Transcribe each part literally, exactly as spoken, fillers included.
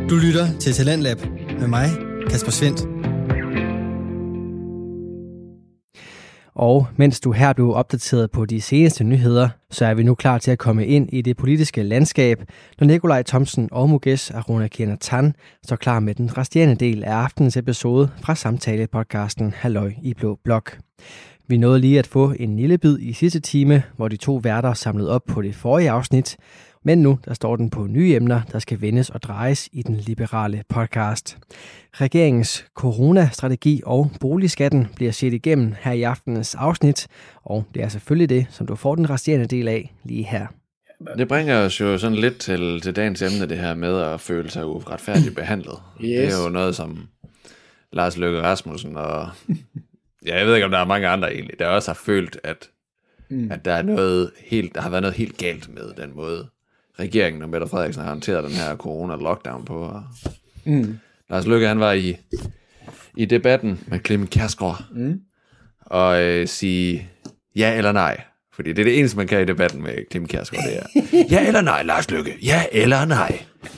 Du lytter til Talentlab med mig, Kasper Svendt. Og mens du her blev opdateret på de seneste nyheder, så er vi nu klar til at komme ind i det politiske landskab, når Nikolaj Thomsen og Mukesh Arunakinatan står klar med den resterende del af aftenens episode fra samtale-podcasten Halløj i Blå Blok. Vi nåede lige at få en lille bid i sidste time, hvor de to værter samlede op på det forrige afsnit, men nu der står den på nye emner, der skal vendes og drejes i den liberale podcast. Regeringens coronastrategi og boligskatten bliver set igennem her i aftenens afsnit, og det er selvfølgelig det, som du får den resterende del af lige her. Det bringer os jo sådan lidt til, til dagens emne, det her med at føle sig uretfærdigt behandlet. Yes. Det er jo noget, som Lars Løkke Rasmussen og ja, jeg ved ikke, om der er mange andre egentlig, der også har følt, at, mm. at der er noget helt, der har været noget helt galt med den måde, regeringen og Mette Frederiksen har håndteret den her corona-lockdown på. Og mm. Lars Løkke, han var i, i debatten med Clement Kjersgaard mm. og øh, sige ja eller nej. Fordi det er det eneste, man kan i debatten med Clement Kjersgaard, det er ja eller nej, Lars Løkke. Ja eller nej.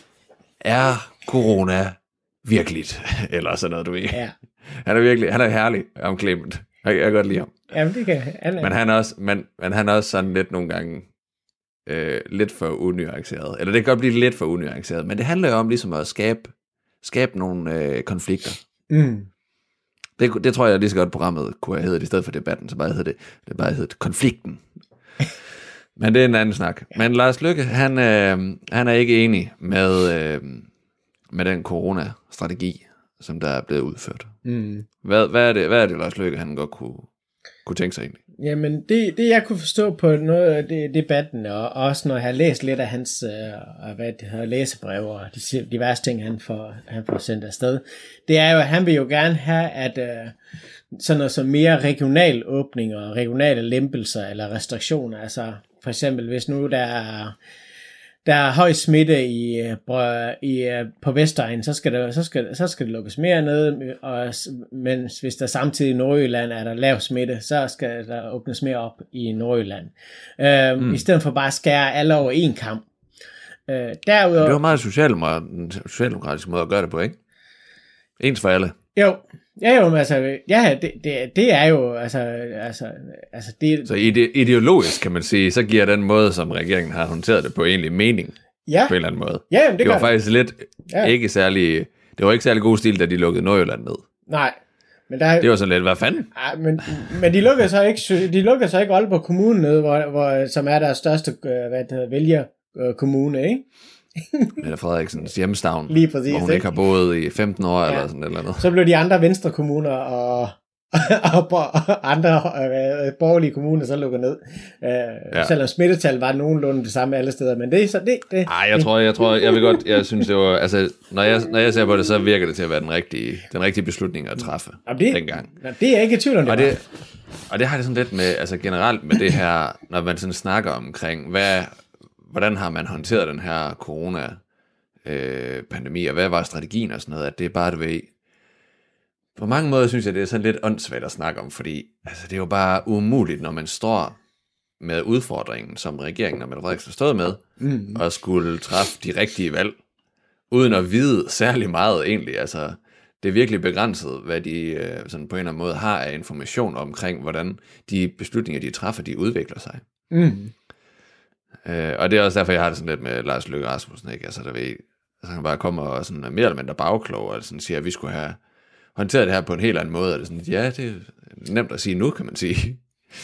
Er corona virkeligt? Eller sådan noget, du ved. Ja. Han er virkelig, han er herlig om Clement. Jeg, jeg kan godt lide ham. Jamen, det kan han. Men han er også, men, men han er også sådan lidt nogle gange øh, lidt for unuanceret. Eller det kan godt blive lidt for unuanceret. Men det handler jo om ligesom at skabe, skabe nogle øh, konflikter. Mm. Det, det tror jeg lige så godt programmet kunne have heddet i stedet for debatten. Så bare hedder det, det bare hedder konflikten. Men det er en anden snak. Men Lars Løkke, han, øh, han er ikke enig med, øh, med den corona-strategi, som der er blevet udført. Mm. Hvad, hvad, er det, hvad er det, Lars Løkke, han godt kunne, kunne tænke sig egentlig? Jamen, det, det jeg kunne forstå på noget af det, debatten, og også når jeg har læst lidt af hans øh, hvad det hedder, læsebrev, og de diverse ting, han får, han får sendt afsted, det er jo, at han vil jo gerne have, at øh, sådan noget som mere regional åbning og regionale lempelser eller restriktioner, altså for eksempel, hvis nu der er der er høj smitte i, i, på Vestegnen, så skal, der, så, skal, så skal det lukkes mere ned, og, mens hvis der samtidig i Nordjylland er der lav smitte, så skal der åbnes mere op i Nordjylland. Øh, mm. I stedet for bare at skære alle over en kamp. Øh, derudover, det var meget socialdemokratisk måde at gøre det på, ikke? Ens for alle. Jo, ja jo, altså, ja, det, det, det er jo, altså, altså, altså det... Så ide, ideologisk, kan man sige, så giver den måde, som regeringen har håndteret det på egentlig mening, ja. På en eller anden måde. Ja, jamen, det, det var det. faktisk lidt, ja. ikke særlig, det var ikke særlig god stil, da de lukkede Nordjylland ned. Nej. Men der, det var sådan lidt, hvad fanden? Ej, men, men de lukkede så ikke, de lukkede så ikke Aalborg Kommune ned, hvor, hvor, som er deres største, hvad det hedder, vælgerkommune, ikke? Mette Frederiksens hjemstavn, lige præcis, hvor hun ikke, ikke har boet i femten år, ja. Eller sådan eller andet. Så blev de andre venstre kommuner og, og, og andre øh, borgerlige kommuner så lukket ned. Øh, ja. Selvom smittetal var nogenlunde det samme alle steder, men det er så det. det Ej, jeg tror, jeg tror, jeg vil godt, jeg synes det var, altså, når jeg, når jeg ser på det, så virker det til at være den rigtige, den rigtige beslutning at træffe det, dengang. Det er ikke i tvivl om det, og det. Og det har det sådan lidt med, altså generelt med det her, når man sådan snakker omkring, hvad hvordan har man håndteret den her corona-pandemi, øh, og hvad var strategien og sådan noget, at det er bare, du ved, på mange måder synes jeg, det er sådan lidt åndssvagt at snakke om, fordi altså, det er jo bare umuligt, når man står med udfordringen, som regeringen og Mette Frederiksen har stået med, mm. og skulle træffe de rigtige valg, uden at vide særlig meget egentlig, altså det er virkelig begrænset, hvad de øh, sådan på en eller anden måde har af information omkring, hvordan de beslutninger, de træffer, de udvikler sig. Mm. Øh, og det er også derfor, jeg har det sådan lidt med Lars Løkke Rasmussen, ikke? Altså, der ved, altså, han bare kommer og sådan mere eller mindre bagklog, og sådan siger, at vi skulle have håndteret det her på en helt anden måde, og det er sådan, ja, det er nemt at sige nu, kan man sige.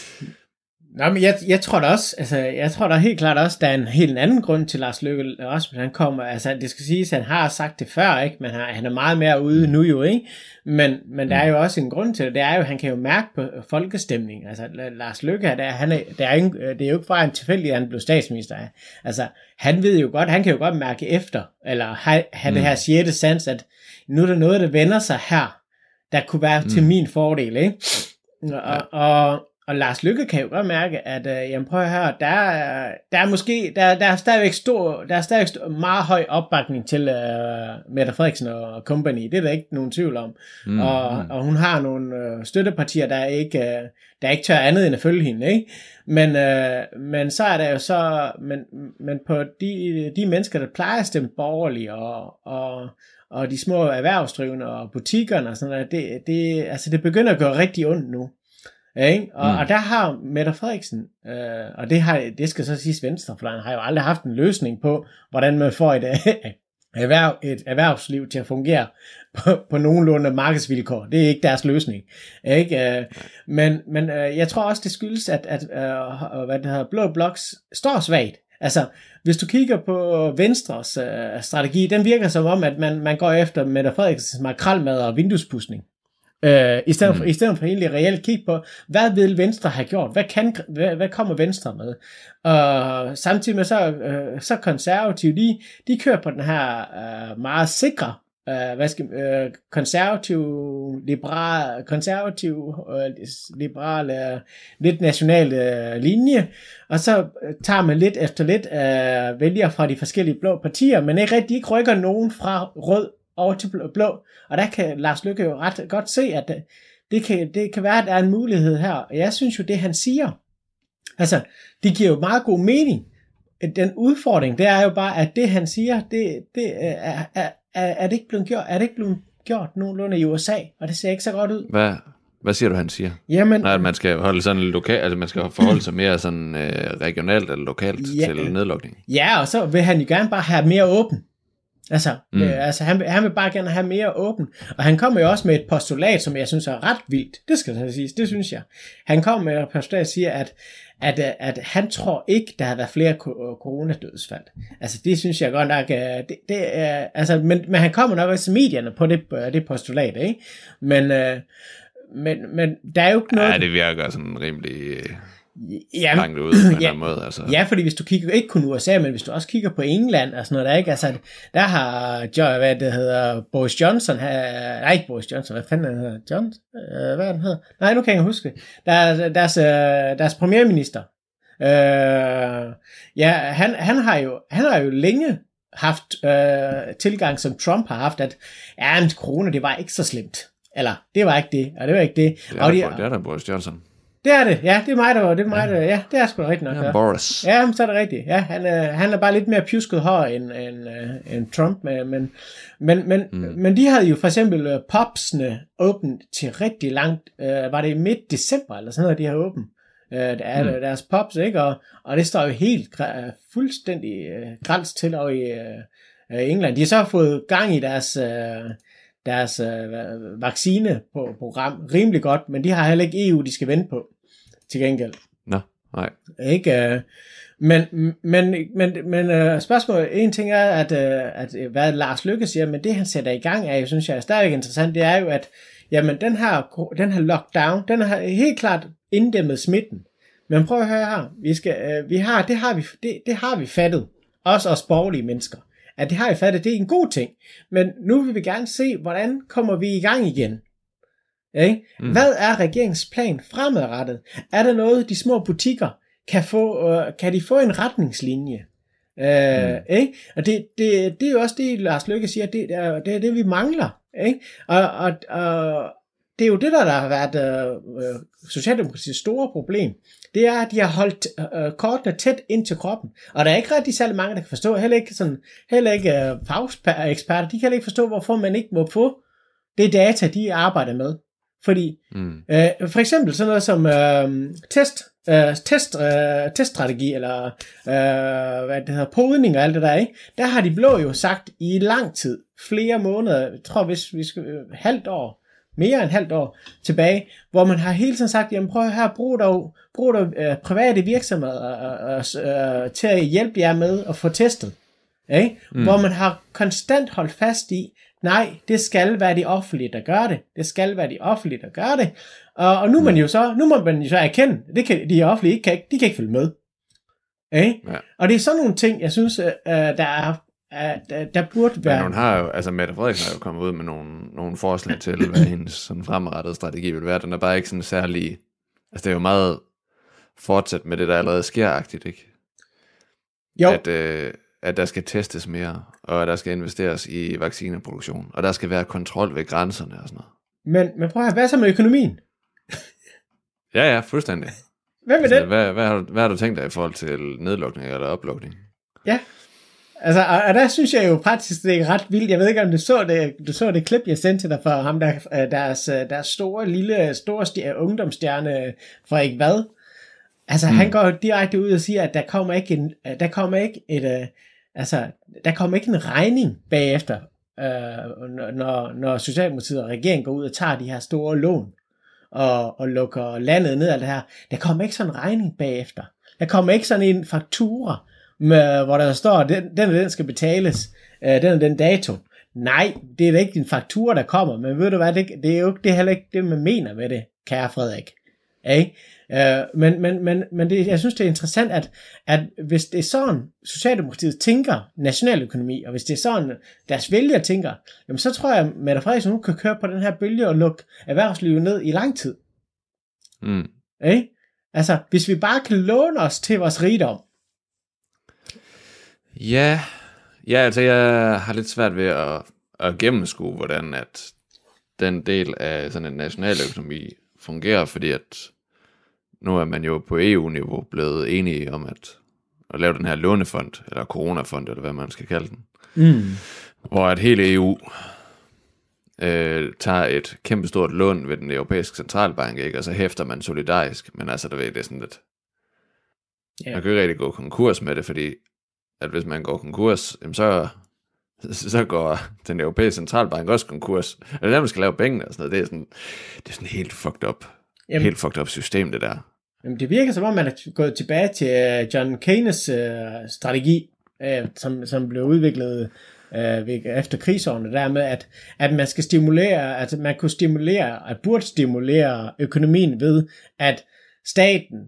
Nå, men jeg, jeg tror da også, altså, jeg tror da helt klart også, der er en helt anden grund til Lars Løkke Rasmussen, han kommer, altså, det skal siges, han har sagt det før, ikke, men han, han er meget mere ude nu jo, ikke, men, men der er jo også en grund til det, det er jo, han kan jo mærke på folkestemning, altså, Lars Løkke, der, han er, der er ikke, det er jo ikke bare en tilfældig, at han blev statsminister, altså, han ved jo godt, han kan jo godt mærke efter, eller have, have mm. det her sjette sans, at nu er der noget, der vender sig her, der kunne være mm. til min fordel, ikke, og, ja. og og Lars Løkke kan jo godt mærke, at øh, jamen prøv at høre, der er, der er måske, der, der er stadigvæk stor, der er stadigvæk stor, meget høj opbakning til øh, Mette Frederiksen og company, det er der ikke nogen tvivl om, mm, og, mm. og hun har nogle øh, støttepartier, der ikke, øh, der ikke tør andet end at følge hende, ikke? Men, øh, men så er der jo så, men, men på de, de mennesker, der plejer at stemme borgerlige, og, og, og de små erhvervsdrivende og butikkerne og sådan noget, det, det, altså det begynder at gøre rigtig ondt nu. Ikke? Og, mm. og der har Mette Frederiksen, øh, og det, har, det skal så siges Venstre, for han har jo aldrig haft en løsning på, hvordan man får et, erhverv, et erhvervsliv til at fungere på, på nogenlunde markedsvilkår. Det er ikke deres løsning. Ikke? Men, men jeg tror også, det skyldes, at, at hvad det hedder, Blå Bloks står svagt. Altså, hvis du kigger på Venstres uh, strategi, den virker som om, at man, man går efter Mette Frederiksens makrelmad og vinduespudsning. Uh, i, stedet for, mm. I stedet for egentlig reelt kigge på, hvad vil Venstre have gjort? Hvad, kan, hvad, hvad kommer Venstre med? Og samtidig med så, uh, så konservative, de, de kører på den her uh, meget sikre, uh, hvad skal, uh, konservativ, liberal, konservativ, uh, liberal, uh, lidt national uh, linje, og så tager man lidt efter lidt uh, vælger fra de forskellige blå partier, men ikke rigtig ikke rykker nogen fra rød over til blå, og der kan Lars Løkke jo ret godt se, at det kan, det kan være, at der er en mulighed her, og jeg synes jo, det han siger, altså, det giver jo meget god mening. Den udfordring, det er jo bare, at det han siger, det, det er, er, er, er det ikke blevet gjort, er det ikke blevet gjort nogenlunde i U S A, og det ser ikke så godt ud. Hvad, hvad siger du, han siger? Jamen, Nej, at man skal holde sådan lokalt, altså man skal forholde sig mere sådan øh, regionalt eller lokalt ja, til nedlukning. Ja, og så vil han jo gerne bare have mere åben. Altså, mm. øh, altså han, han vil bare gerne have mere åben. Og han kommer jo også med et postulat, som jeg synes er ret vildt. Det skal jeg sige, det synes jeg. Han kommer med et postulat, der siger, at, at, at han tror ikke, der har været flere coronadødsfald. Altså, det synes jeg godt nok, det, det er, altså, men, men han kommer nok også i medierne på det, det postulat, ikke? Men, øh, men, men der er jo ikke noget... Ja, det virker sådan rimelig... Ja, langt ud på en ja, måde, altså. Ja, fordi hvis du kigger, ikke kun U S A, men hvis du også kigger på England og sådan noget, der ikke, altså, der har, hvad det hedder, Boris Johnson, her, nej, ikke Boris Johnson, hvad fanden han hedder, John, øh, hvad han hedder, nej, nu kan jeg huske det, der, deres, deres premierminister, øh, ja, han, han har jo, han har jo længe haft øh, tilgang, som Trump har haft, at, ja, men corona, det var ikke så slemt, eller, det var ikke det, og det var ikke det. Det er, og de, der, det er der Boris Johnson. Det er det, ja, det er mig, der var, det er mig, der, ja, det er sgu da rigtigt nok. Ja, ja. Boris. Ja, så er det rigtigt, ja, han, øh, han er bare lidt mere pjusket hår end, end, øh, end Trump, men, men, men, men, mm. men de havde jo for eksempel øh, popsene åbent til rigtig langt, øh, var det i midt december, eller sådan noget, de har åbent, øh, der, mm. deres pops, ikke, og, og det står jo helt øh, fuldstændig øh, græns til over i øh, England. De har så fået gang i deres... Øh, deres øh, vaccineprogram rimelig godt, men de har heller ikke E U, de skal vente på, til gengæld. Nå, nej. Ikke? Øh, men men, men, men øh, spørgsmålet, en ting er, at, øh, at hvad Lars Løkke siger, men det han sætter i gang af, jeg synes jeg er stadig interessant, det er jo, at jamen, den her, den her lockdown, den har helt klart inddæmmet smitten. Men prøv at høre her, vi, skal, øh, vi har, det, har vi, det, det har vi fattet, også os borgerlige mennesker. At det har jeg fattet, det er en god ting. Men nu vil vi gerne se, hvordan kommer vi i gang igen. Okay? Mm. Hvad er regeringens plan fremadrettet? Er der noget, de små butikker kan få, uh, kan de få en retningslinje? Uh, mm. ikke? Og det, det, det er jo også det, Lars Løkke siger, det er det, er det vi mangler. Ikke? Og, og, og det er jo det, der, der har været uh, Socialdemokratiets store problem. Det er, at de har holdt uh, kortene tæt ind til kroppen. Og der er ikke rigtig særlig mange, der kan forstå, heller ikke, sådan, heller ikke uh, fageksperter, de kan heller ikke forstå, hvorfor man ikke må få det data, de arbejder med. Fordi, mm. uh, for eksempel sådan noget som uh, test, uh, test, uh, teststrategi, eller uh, hvad det hedder, podning og alt det der, ikke? Der har de blå jo sagt i lang tid, flere måneder, jeg tror hvis vi skal, uh, halvt år, mere end halvt år tilbage, hvor man har hele tiden sagt, jamen prøv her, brug dog, brug dog øh, private virksomheder øh, øh, til at hjælpe jer med at få testet. Ikke? Mm. Hvor man har konstant holdt fast i, nej, det skal være de offentlige, der gør det. Det skal være de offentlige, der gør det. Og, og nu, mm. man jo så, nu må man jo så erkende, det kan, de offentlige ikke kan, de kan ikke følge med. Ikke? Ja. Og det er sådan nogle ting, jeg synes, øh, der er Der, der burde være... Men hun har jo, altså Mette Frederiksen har jo kommet ud med nogle, nogle forslag til, hvad hendes sådan fremadrettede strategi vil være. Den er bare ikke sådan særlig Altså, det er jo meget fortsat med det, der allerede sker-agtigt, ikke? Jo. At, øh, at der skal testes mere, og der skal investeres i vaccineproduktion, og der skal være kontrol ved grænserne og sådan noget. Men, men prøv at høre, hvad så med økonomien? Ja, ja, fuldstændig. Hvad med Altså, det? hvad, hvad, har du, hvad har du tænkt dig i forhold til nedlukning eller oplukning? Ja. Altså, og, og der synes jeg jo faktisk, det er ret vildt. Jeg ved ikke, om du så det, du så det klip, jeg sendte til dig fra ham, der, deres, deres store, lille, store stjerne, ungdomsstjerne, Frederik Vad. Altså, mm. han går direkte ud og siger, at der kommer ikke en, der kommer ikke et, uh, altså, der kommer ikke en regning bagefter, uh, når, når Socialdemokratiet og regeringen går ud og tager de her store lån, og, og lukker landet ned af det her. Der kommer ikke sådan en regning bagefter. Der kommer ikke sådan en faktura, med, hvor der står, den, den den skal betales, uh, den er den dato. Nej, det er da ikke din faktura, der kommer, men ved du hvad, det, det er jo det er heller ikke det, man mener med det, kære Frederik. Ikke? Uh, men men, men, men det, jeg synes, det er interessant, at, at hvis det er sådan, Socialdemokratiet tænker nationaløkonomi, og hvis det er sådan, deres vælgere tænker, jamen så tror jeg, at Mette Frederiksen nu kan køre på den her bølge og lukke erhvervslivet ned i lang tid. Mm. Ikke? Altså, hvis vi bare kan låne os til vores rigdom. Ja, ja, altså jeg har lidt svært ved at, at gennemskue, hvordan at den del af sådan en nationaløkonomi fungerer, fordi at nu er man jo på E U-niveau blevet enige om at, at lave den her lånefond, eller coronafond, eller hvad man skal kalde den, Mm. hvor at hele E U øh, tager et kæmpestort lån ved den europæiske centralbank, ikke? Og så hæfter man solidarisk, men altså, der ved det er sådan lidt, Yeah. man kan jo ikke rigtig gå konkurs med det, fordi at hvis man går konkurs, jamen så, så går den europæiske centralbank også konkurs. Og det er der, man skal lave pengene og sådan noget. Det er sådan, det er sådan helt fucked up. Jamen, helt fucked up system, det der. Jamen, det virker som om, man er gået tilbage til uh, John Keynes uh, strategi, uh, som, som blev udviklet uh, efter krigsårene, der med, at, at man skal stimulere, at man kunne stimulere, at burde stimulere økonomien ved, at staten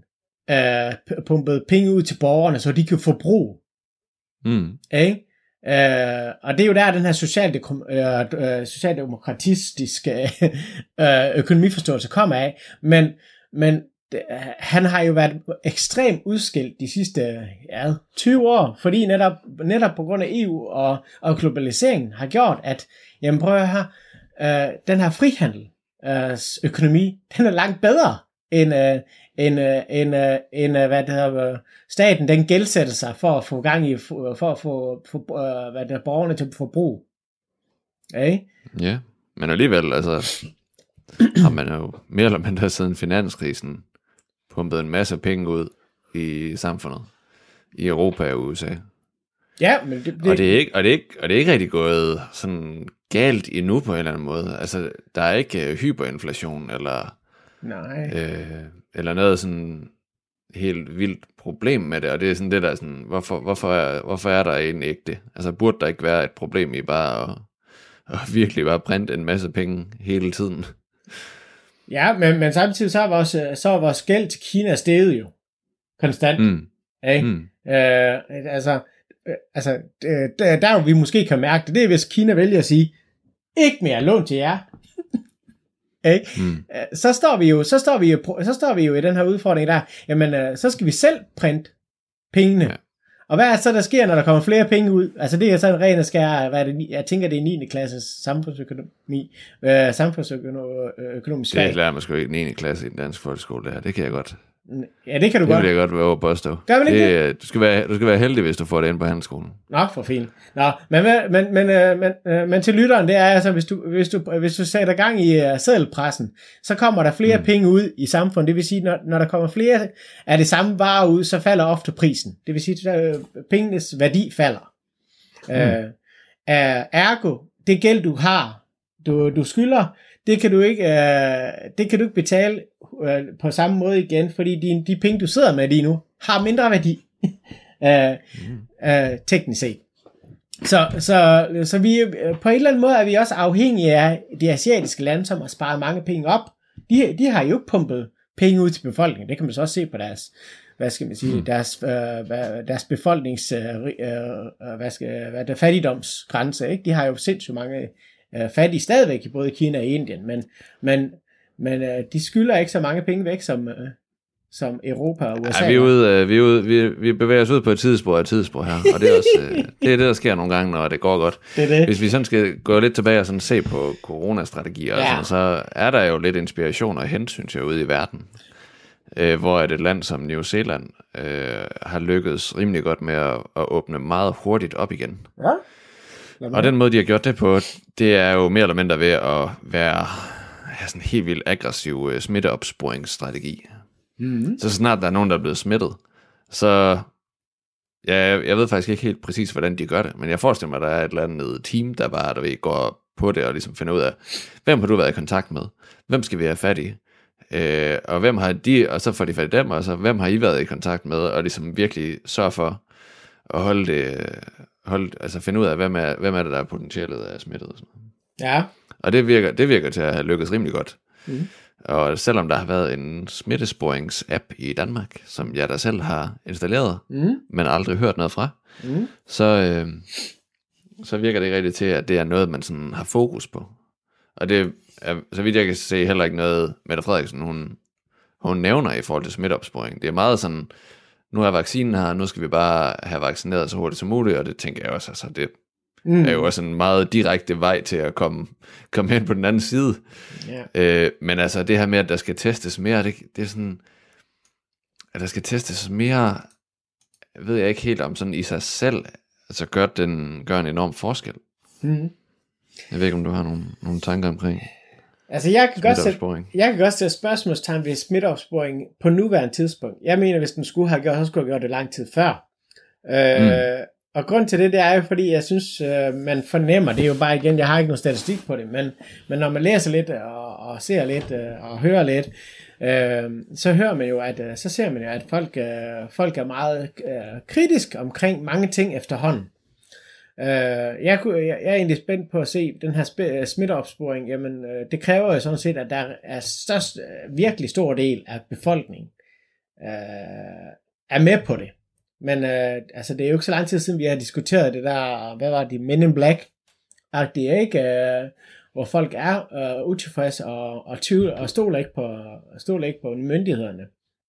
uh, pumpede penge ud til borgerne, så de kan forbruge. Mm. Ikke? Uh, og det er jo der, den her socialdemok- uh, uh, socialdemokratiske uh, økonomiforståelse kommer af, men, men det, uh, han har jo været ekstremt udskilt de sidste ja, tyve år, fordi netop, netop på grund af E U og, og globaliseringen har gjort, at jamen prøv at høre, uh, den her frihandel uh, økonomi, den er langt bedre end, uh, end, uh, end, uh, end uh, hvad det hedder, uh, staten, den gældsætter sig for at få gang i, for at få for, uh, hvad det hedder, borgerne til forbrug. Okay? Ja, men alligevel, altså, har man jo mere eller mindre siden finanskrisen pumpet en masse penge ud i samfundet, i Europa og U S A. Ja, men det, det... Og, det er ikke, og, det er ikke, og det er ikke rigtig gået sådan galt endnu på en eller anden måde. Altså, der er ikke hyperinflation, eller, Nej. øh, eller noget sådan helt vildt problem med det, og det er sådan det der sådan, hvorfor, hvorfor, er, hvorfor er der egentlig ikke det? Altså, burde der ikke være et problem i bare at, at virkelig bare printe en masse penge hele tiden? Ja, men, men samtidig så er vores, så er vores gæld til Kina steget jo. Konstant. Mm. Ikke? Mm. Øh, altså, øh, altså der, der vi måske kan mærke det, det er hvis Kina vælger at sige, ikke mere lån til jer. Ikke? Mm. Så står vi jo, så står vi jo, så står vi jo i den her udfordring der, jamen så skal vi selv printe pengene. Ja. Og hvad er så der sker, når der kommer flere penge ud? Altså det er sådan en ren og skær, hvad er det, jeg tænker det er niende klasses samfundsøkonomi, øh, samfundsøkonomisk fag. Det lærer man sgu ikke i niende klasse i den danske folkeskole, det her. Det kan jeg godt. Ja, det kan du det godt. Det vil jeg godt være over på at stå. Gør man ikke det? Du skal, være, du skal være heldig, hvis du får det ind på handelsskolen. Nå, for fint. Nå, men, men, men, men, men til lytteren, det er altså, hvis du, hvis du, hvis du sætter gang i uh, seddelpressen, så kommer der flere mm. penge ud i samfundet. Det vil sige, når, når der kommer flere af det samme varer ud, så falder ofte prisen. Det vil sige, at uh, pengenes værdi falder. Mm. Uh, uh, ergo, det gæld, du har, du, du skylder, det kan du ikke, uh, det kan du ikke betale uh, på samme måde igen, fordi de, de penge, du sidder med lige nu, har mindre værdi, uh, uh, teknisk set. Så, så, så vi, på en eller anden måde er vi også afhængige af de asiatiske lande, som har sparet mange penge op. De, de har jo ikke pumpet penge ud til befolkningen. Det kan man så også se på deres, hvad skal man sige, mm. deres, øh, deres befolknings, øh, øh, hvad skal, hvad der fattigdomsgrænse, ikke? De har jo sindssygt mange øh, fattige stadigvæk i både Kina og Indien, men, men, men øh, de skylder ikke så mange penge væk, som, øh, som Europa og U S A. Ja, vi, er ude, øh, vi, er ude, vi, vi bevæger os ud på et tidsspor af et tidsspor her, og det er, også, øh, det er det, der sker nogle gange, når det går godt. Det er det. Hvis vi sådan skal gå lidt tilbage og sådan se på coronastrategier, ja. sådan, så er der jo lidt inspiration og hensyn til ude i verden, øh, hvor et land som New Zealand øh, har lykkedes rimelig godt med at, at åbne meget hurtigt op igen. Ja. Og den måde, de har gjort det på, det er jo mere eller mindre ved at være have sådan en helt vildt aggressiv øh, smitteopsporingsstrategi. Mm-hmm. Så snart der er nogen, der er blevet smittet, så ja, jeg ved faktisk ikke helt præcis, hvordan de gør det, men jeg forestiller mig, at der er et eller andet team, der bare der ved, går på det og ligesom finder ud af, hvem har du været i kontakt med? Hvem skal vi have fat i? Øh, og hvem har de, og så får de fat i dem, og så hvem har I været i kontakt med? Og ligesom virkelig sørge for at holde det, holde, altså finde ud af, hvem er, hvem er det, der er potentielt af smittet. Og sådan noget. Ja. Og det virker, det virker til at have lykkes rimelig godt. Mm. Og selvom der har været en smittesporings-app i Danmark, som jeg da selv har installeret, mm. men aldrig hørt noget fra, mm. så, øh, så virker det ikke rigtigt til, at det er noget, man sådan har fokus på. Og det er, så vidt jeg kan se, heller ikke noget, Mette Frederiksen, hun, hun nævner i forhold til smitteopsporing. Det er meget sådan, nu er vaccinen her, nu skal vi bare have vaccineret så hurtigt som muligt, og det tænker jeg også, altså det Mm. er jo også en meget direkte vej til at komme, komme hen på den anden side. Yeah. Øh, men altså det her med, at der skal testes mere, det, det er sådan, at der skal testes mere, ved jeg ikke helt om sådan i sig selv, altså gør, den, gør en enorm forskel. Mm. Jeg ved ikke, om du har nogle, nogle tanker omkring altså jeg kan, godt sætte, jeg kan godt sætte spørgsmålstegn ved smitteopsporing på nuværende tidspunkt. Jeg mener, hvis den skulle have gjort, så skulle have gjort det lang tid før. Øh, mm. Og grund til det, det er jo, fordi jeg synes, øh, man fornemmer, det er jo bare igen, jeg har ikke nogen statistik på det, men, men når man læser lidt, og, og ser lidt, øh, og hører lidt, øh, så hører man jo, at, øh, så ser man jo, at folk, øh, folk er meget øh, kritisk omkring mange ting efterhånden. Øh, jeg, kunne, jeg, jeg er egentlig spændt på at se den her sp- smitteopsporing, jamen øh, det kræver jo sådan set, at der er størst, øh, virkelig stor del af befolkningen øh, er med på det. Men øh, altså det er jo ikke så lang tid siden, vi har diskuteret det der, hvad var det, Men in Black, at det er ikke, øh, hvor folk er øh, utilfredse og, og, tvivl, og stoler ikke på, stoler ikke på myndighederne.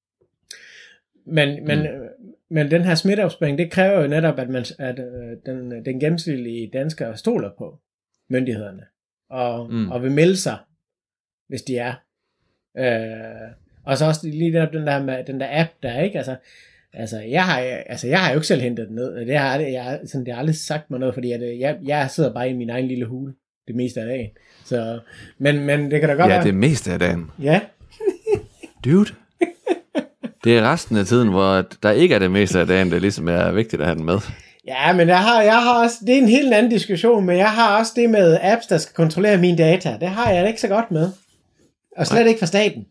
Men, mm. men, men den her smitteopsporing, det kræver jo netop, at, man, at øh, den, den gennemsnitlige dansker stoler på myndighederne, og, mm. og vil melde sig, hvis de er. Øh, og så også lige der, den der, den der app der, ikke? Altså, Altså jeg, har, altså, jeg har jo ikke selv hentet den ned. Det har jeg, jeg, sådan, det har aldrig sagt mig noget, fordi at, jeg, jeg sidder bare i min egen lille hule det meste af dagen. Så, men, men det kan da godt ja, være. Ja, det meste af dagen. Ja. Dude. Det er resten af tiden, hvor der ikke er det meste af dagen, det ligesom er vigtigt at have den med. Ja, men jeg har, jeg har også, det er en helt anden diskussion, men jeg har også det med apps, der skal kontrollere mine data. Det har jeg ikke så godt med. Og slet Nej. ikke fra staten.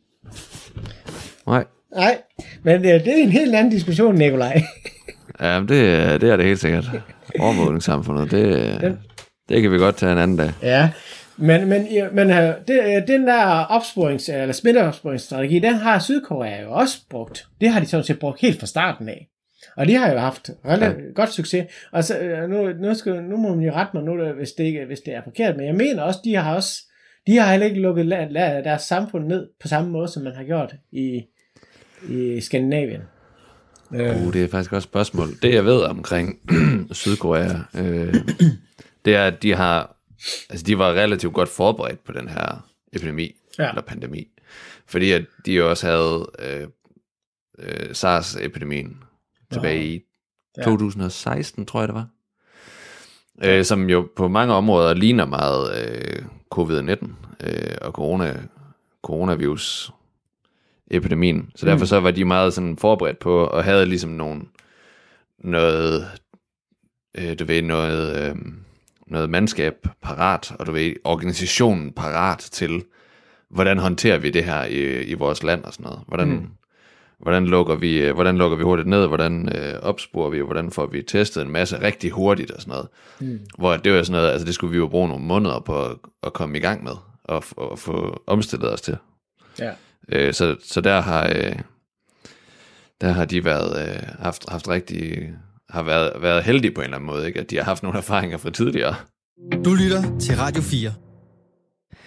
Nej. Nej, men det, det er en helt anden diskussion, Nikolaj. Ja, det, det er det helt sikkert. Overvågningssamfundet, det, det kan vi godt tage en anden dag. Ja, men, men, men det, den der opsporings- eller smitteopsporingsstrategi, den har Sydkorea jo også brugt. Det har de sådan set brugt helt fra starten af. Og de har jo haft relativt ja. godt succes. Og så, nu, nu, skal, nu må man jo rette mig nu, hvis det, ikke, hvis det er forkert, men jeg mener også, de har også, de har heller ikke lukket la, la, deres samfund ned på samme måde, som man har gjort i i Skandinavien. Uh, det er faktisk også et spørgsmål. Det jeg ved omkring Sydkorea, øh, det er, at de har, altså de var relativt godt forberedt på den her epidemi, ja. eller pandemi. Fordi at de jo også havde øh, øh, SARS-epidemien tilbage i ja. to tusind og seksten, tror jeg det var. Ja. Øh, som jo på mange områder ligner meget øh, covid nitten øh, og corona, coronavirus epidemien. Så derfor så var de meget sådan forberedt på, og havde ligesom nogen, noget, øh, du ved, noget, øh, noget mandskab parat, og du ved, organisationen parat til, hvordan håndterer vi det her i, i vores land og sådan noget. Hvordan, mm. hvordan, lukker, vi, hvordan lukker vi hurtigt ned, hvordan øh, opsporer vi, hvordan får vi testet en masse rigtig hurtigt og sådan noget. Mm. Hvor det var sådan noget, altså det skulle vi jo bruge nogle måneder på at, at komme i gang med, og, og få omstillet os til. Ja. Så, så der har øh, der har de været øh, haft haft rigtig har været været heldige på en eller anden måde, ikke, at de har haft nogle erfaringer fra tidligere. Du lytter til Radio fire.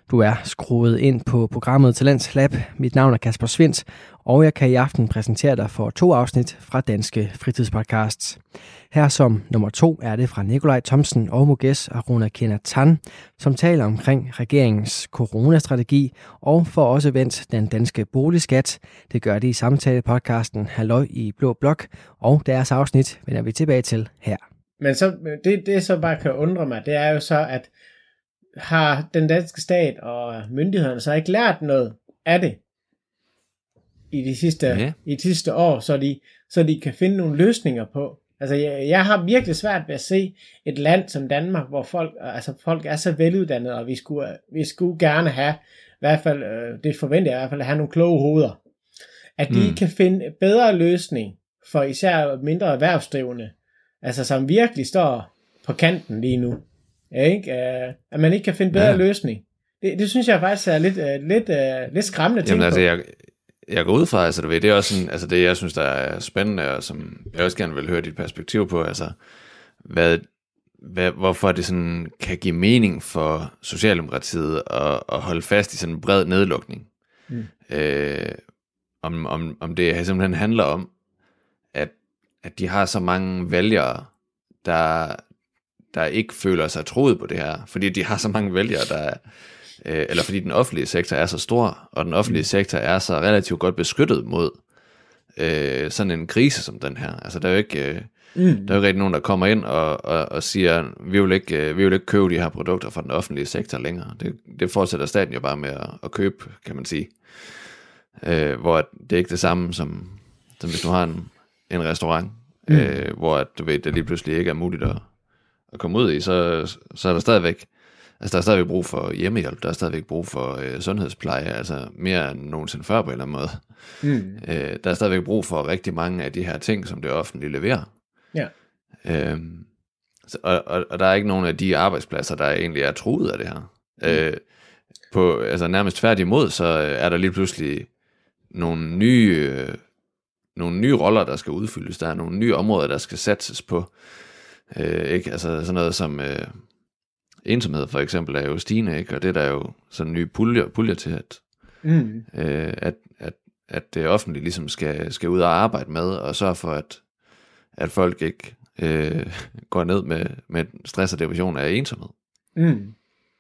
Du er skruet ind på programmet Talents Lab. Mit navn er Kasper Svindt, og jeg kan i aften præsentere dig for to afsnit fra Danske Fritidspodcasts. Her som nummer to er det fra Nikolaj Thomsen og Mukesh Arunakinna Tan, som taler omkring regeringens coronastrategi og får også vendt den danske boligskat. Det gør de i samtale-podcasten Halløj i Blå Blok, og deres afsnit vender vi tilbage til her. Men så, det, det så bare kan undre mig, det er jo så, at har den danske stat og myndighederne så ikke lært noget af det i de sidste, ja. i de sidste år, så de, så de kan finde nogle løsninger på. Altså, jeg, jeg har virkelig svært ved at se et land som Danmark, hvor folk, altså, folk er så veluddannede, og vi skulle, vi skulle gerne have, i hvert fald, det forventer jeg i hvert fald, at have nogle kloge hoveder. At de mm. kan finde bedre løsning for især mindre erhvervsdrivende, altså som virkelig står på kanten lige nu. Ja, ikke? At man ikke kan finde bedre ja. løsning. Det, det synes jeg faktisk er lidt, uh, lidt, uh, lidt skræmmende ting. Jamen altså, på. jeg, jeg går ud fra, altså du ved, det er også sådan, altså det jeg synes, der er spændende, og som jeg også gerne vil høre dit perspektiv på, altså hvad, hvad, hvorfor det sådan kan give mening for Socialdemokratiet at, at holde fast i sådan en bred nedlukning. Mm. Øh, om, om, om det simpelthen handler om, at, at de har så mange vælgere, der der ikke føler sig troet på det her, fordi de har så mange vælgere, der øh, eller fordi den offentlige sektor er så stor, og den offentlige sektor er så relativt godt beskyttet mod øh, sådan en krise som den her. Altså der er jo ikke, øh, mm. der er jo ikke rigtig nogen, der kommer ind og, og, og siger, vi vil, ikke, øh, vi vil ikke købe de her produkter fra den offentlige sektor længere. Det, det fortsætter staten jo bare med at, at købe, kan man sige. Øh, hvor det er ikke det samme som, som hvis du har en, en restaurant, mm. øh, hvor du ved, det lige pludselig ikke er muligt at at komme ud i, så, så er der stadigvæk, altså der er stadigvæk brug for hjemmehjælp, der er stadigvæk brug for øh, sundhedspleje, altså mere end nogensinde før på en eller anden måde. Mm. Øh, der er stadigvæk brug for rigtig mange af de her ting, som det offentlige leverer. Ja. Øhm, så, og, og, og der er ikke nogen af de arbejdspladser, der egentlig er truet af det her. Mm. Øh, på, altså nærmest tværtimod, så er der lige pludselig nogle nye, øh, nogle nye roller, der skal udfyldes. Der er nogle nye områder, der skal satses på. Øh, ikke? Altså sådan noget som øh, ensomhed for eksempel er jo stigende, ikke? Og det er der jo sådan nye puljer, puljer til, at, mm. øh, at, at, at det offentlige ligesom skal, skal ud og arbejde med, og sørge for, at, at folk ikke øh, går ned med, med stress og depression af ensomhed. Mm.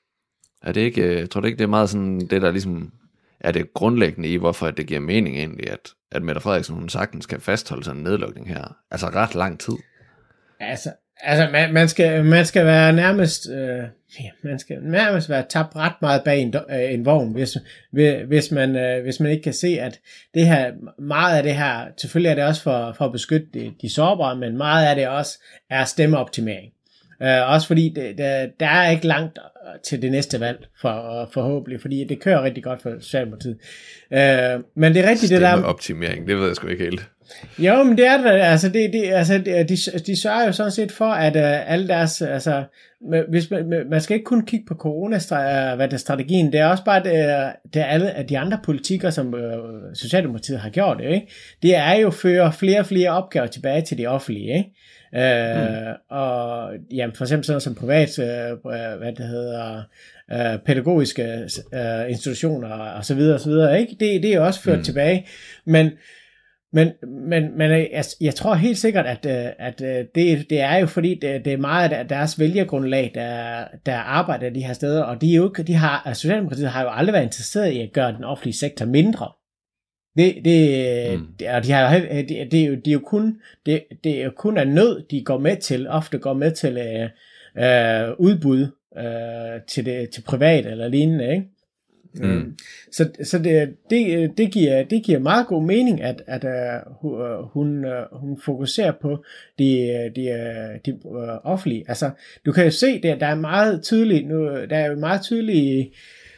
Er det ikke, jeg tror det ikke, det er meget sådan det, der ligesom er det grundlæggende i, hvorfor det giver mening egentlig, at, at Mette Frederiksen, hun sagtens kan fastholde sådan en nedlukning her, altså ret lang tid. Altså, altså man, man, skal, man skal være nærmest, øh, man skal nærmest være tabt ret meget bag en, øh, en vogn, hvis, hvis, man, øh, hvis man ikke kan se, at det her, meget af det her, selvfølgelig er det også for, for at beskytte de, de sårbare, men meget af det også er stemmeoptimering. Øh, også fordi det, det, der er ikke langt til det næste valg, for, forhåbentlig, fordi det kører rigtig godt for Socialdemokratiet. Øh, men det er rigtigt det der... Stemmeoptimering, det ved jeg sgu ikke helt. Jo, men det er det, altså, det, det, altså de, de sørger jo sådan set for, at uh, alle deres, altså, hvis man, man skal ikke kun kigge på corona-strategien, det er også bare, det, det er alle af de andre politikker, som uh, Socialdemokratiet har gjort, ikke? Det er jo at føre flere og flere opgaver tilbage til de offentlige, ikke? Uh, mm. Og jamen, for eksempel sådan som privat, uh, hvad det hedder, uh, pædagogiske uh, institutioner og så videre og så videre, ikke? Det, det er også ført mm. tilbage, men Men, men, men jeg, jeg tror helt sikkert, at, at det, det er jo fordi, det, det er meget af deres vælgergrundlag, der, der arbejder de her steder, og de, er jo, de har, Socialdemokratiet har jo aldrig været interesseret i at gøre den offentlige sektor mindre. Det, det, mm. det, og de, har, det, det, er jo, de er jo kun, det, det er jo kun af nød, de går med til, ofte går med til øh, øh, udbud øh, til, det, til privat eller lignende, ikke? Mm. Så, så det, det, det, giver, det giver meget god mening, at, at uh, hun, uh, hun fokuserer på de, de, de uh, offentlige. Altså, du kan jo se, der, der er meget tydeligt, nu, der er meget tydeligt,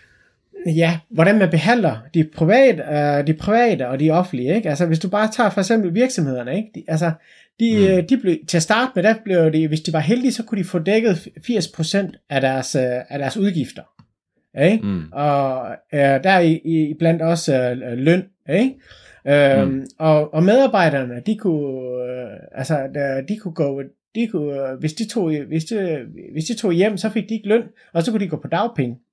ja, hvordan man behandler de private, uh, de private og de offentlige, ikke? Altså, hvis du bare tager for eksempel virksomhederne, ikke? De, altså, de, mm. de blev, til at starte med, der blev de, hvis de var heldige, så kunne de få dækket firs procent af deres, uh, af deres udgifter. Ikke? Mm. Og øh, der er i, i blandt også øh, løn, ikke? Øh, mm. og, og medarbejderne, de kunne øh, altså der, de kunne gå, de kunne, hvis de tog hvis de, hvis de tog hjem, så fik de ikke løn, og så kunne de gå på dagpenge.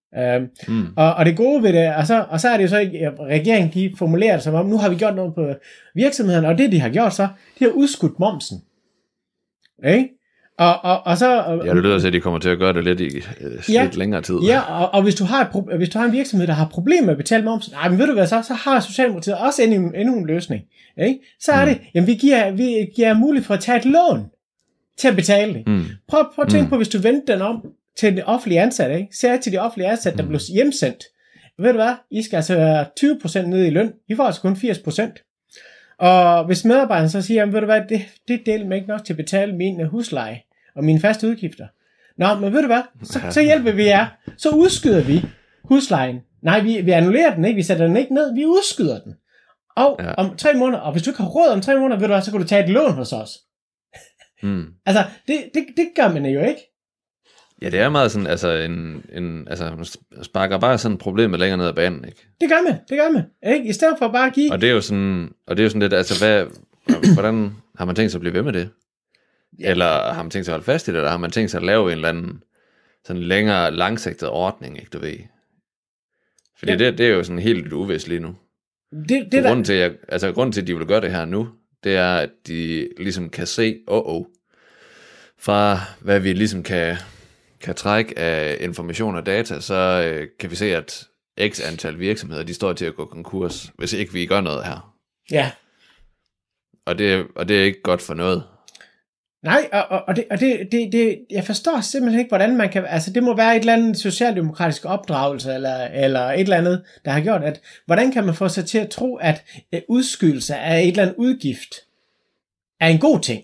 Øhm, Mm. og, og det gode ved det, og så, og så er det jo så, at regeringen de formulerer det som om, nu har vi gjort noget på virksomheden, og det de har gjort så, de har udskudt momsen. Ikke? Og, og, og så, og, Ja, det lyder til, at de kommer til at gøre det lidt i øh, Ja. lidt længere tid. Ja, og, og hvis, du har et, pro- hvis du har en virksomhed, der har problemer med at betale momsen, nej, men ved du hvad så, så har Socialdemokratiet også endnu, endnu en løsning. Ikke? Så er Mm. det, jamen vi giver, vi giver mulighed for at tage et lån til at betale det. Mm. Prøv, prøv at tænke Mm. på, hvis du vendte den om til de offentlige ansatte, ikke? Sær til de offentlige ansatte, der Mm. blev hjemsendt. Ved du hvad? I skal altså være tyve procent nede i løn. I får altså kun firs procent. Og hvis medarbejderen så siger, jamen, ved du hvad, det, det deler mig ikke nok til at betale min husleje og mine faste udgifter. Nå, men ved du hvad, så, så hjælper vi jer. Så udskyder vi huslejen. Nej, vi, vi annullerer den ikke, vi sætter den ikke ned, vi udskyder den. Og Ja. om tre måneder, og hvis du ikke har råd om tre måneder, ved du hvad, så kan du tage et lån hos os. Mm. Altså, det, det, det gør man jo ikke. Ja, det er meget sådan, altså, en, en, altså, man sparker bare sådan problemet længere ned ad banen, ikke? Det gør man, det gør man. Ikke? I stedet for bare at give... Og det er jo sådan, og det er jo sådan lidt, altså, hvad, hvordan har man tænkt sig at blive ved med det? Eller har man tænkt sig at holde fast i det, eller har man tænkt sig at lave en eller anden sådan længere langsigtet ordning, ikke, du ved? Fordi Ja. det, det er jo sådan helt uvist lige nu. Det, det Det der, grunden, til, jeg, altså, grunden til, at de vil gøre det her nu, det er, at de ligesom kan se, åh, oh, oh, fra hvad vi ligesom kan, kan trække af information og data, så øh, kan vi se, at x antal virksomheder, de står til at gå konkurs, hvis ikke vi gør noget her. ja. Og det, og det er ikke godt for noget. Nej, og, og, og, det, og det, det, det, jeg forstår simpelthen ikke, hvordan man kan, altså det må være et eller andet socialdemokratisk opdragelse, eller, eller et eller andet, der har gjort, at hvordan kan man få sig til at tro, at øh, udskydelse af et eller andet udgift er en god ting?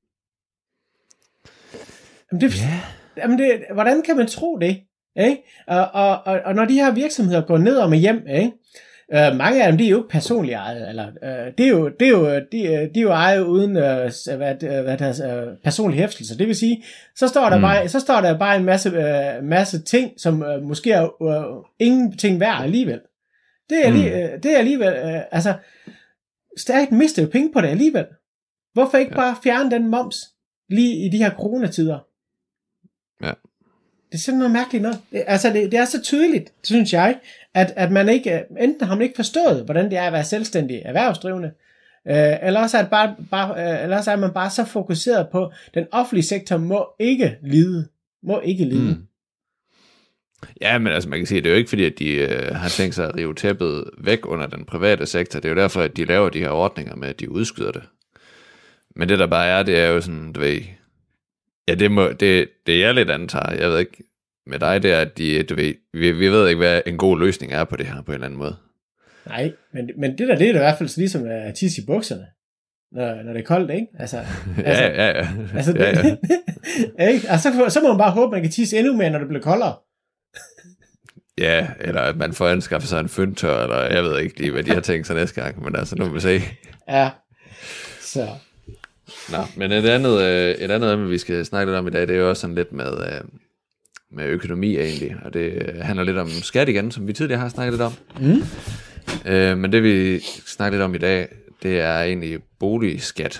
Jamen det, Ja. jamen det, hvordan kan man tro det? Ikke? Og, og, og, og når de her virksomheder går ned og med hjem, ikke? Øh, mange af dem, de er jo ikke personligt ejet, eller øh, det er jo, det er jo, de, de er jo ejet uden øh, hvad, hvad der, øh, personlig hæftelse. Det vil sige, så står der Mm. bare, så står der bare en masse, øh, masse ting, som øh, måske er øh, ingenting værd alligevel. Det er, lige, øh, det er alligevel, øh, altså, staten mister jo penge på det alligevel. Hvorfor ikke Ja. bare fjerne den moms lige i de her coronatider? Ja. Det er sådan noget mærkeligt noget. Det, altså, det, det er så tydeligt, synes jeg, at, at man ikke, enten har man ikke forstået, hvordan det er at være selvstændig erhvervsdrivende, øh, eller, også er det bare, bare, øh, eller også er man bare så fokuseret på, den offentlige sektor må ikke lide. Må ikke lide. Mm. Ja, men altså man kan sige, det er jo ikke fordi, at de øh, har tænkt sig at rive tæppet væk under den private sektor. Det er jo derfor, at de laver de her ordninger med, at de udskyder det. Men det der bare er, det er jo sådan, du ved, ja, det, må, det, det jeg lidt antager, jeg ved ikke med dig, det er, at de, du ved, vi, vi ved ikke, hvad en god løsning er på det her på en eller anden måde. Nej, men, men det der, det er da i hvert fald ligesom at tisse i bukserne, når, når det er koldt, ikke? Altså, altså, ja, ja, ja. altså ja, ja. det, ikke? Altså, så, så må man bare håbe, man kan tisse endnu mere, når det bliver koldere. Ja, eller at man får anskaffet sig en fyndtør, eller jeg ved ikke lige, hvad de har tænkt sig næste gang, men altså, nu vil vi se. Ja, så... Nå, men et andet, øh, et andet emne, vi skal snakke lidt om i dag, det er jo også sådan lidt med, øh, med økonomi egentlig, og det handler lidt om skat igen, som vi tidligere har snakket lidt om. Mm. Øh, men det vi snakker lidt om i dag, det er egentlig boligskat.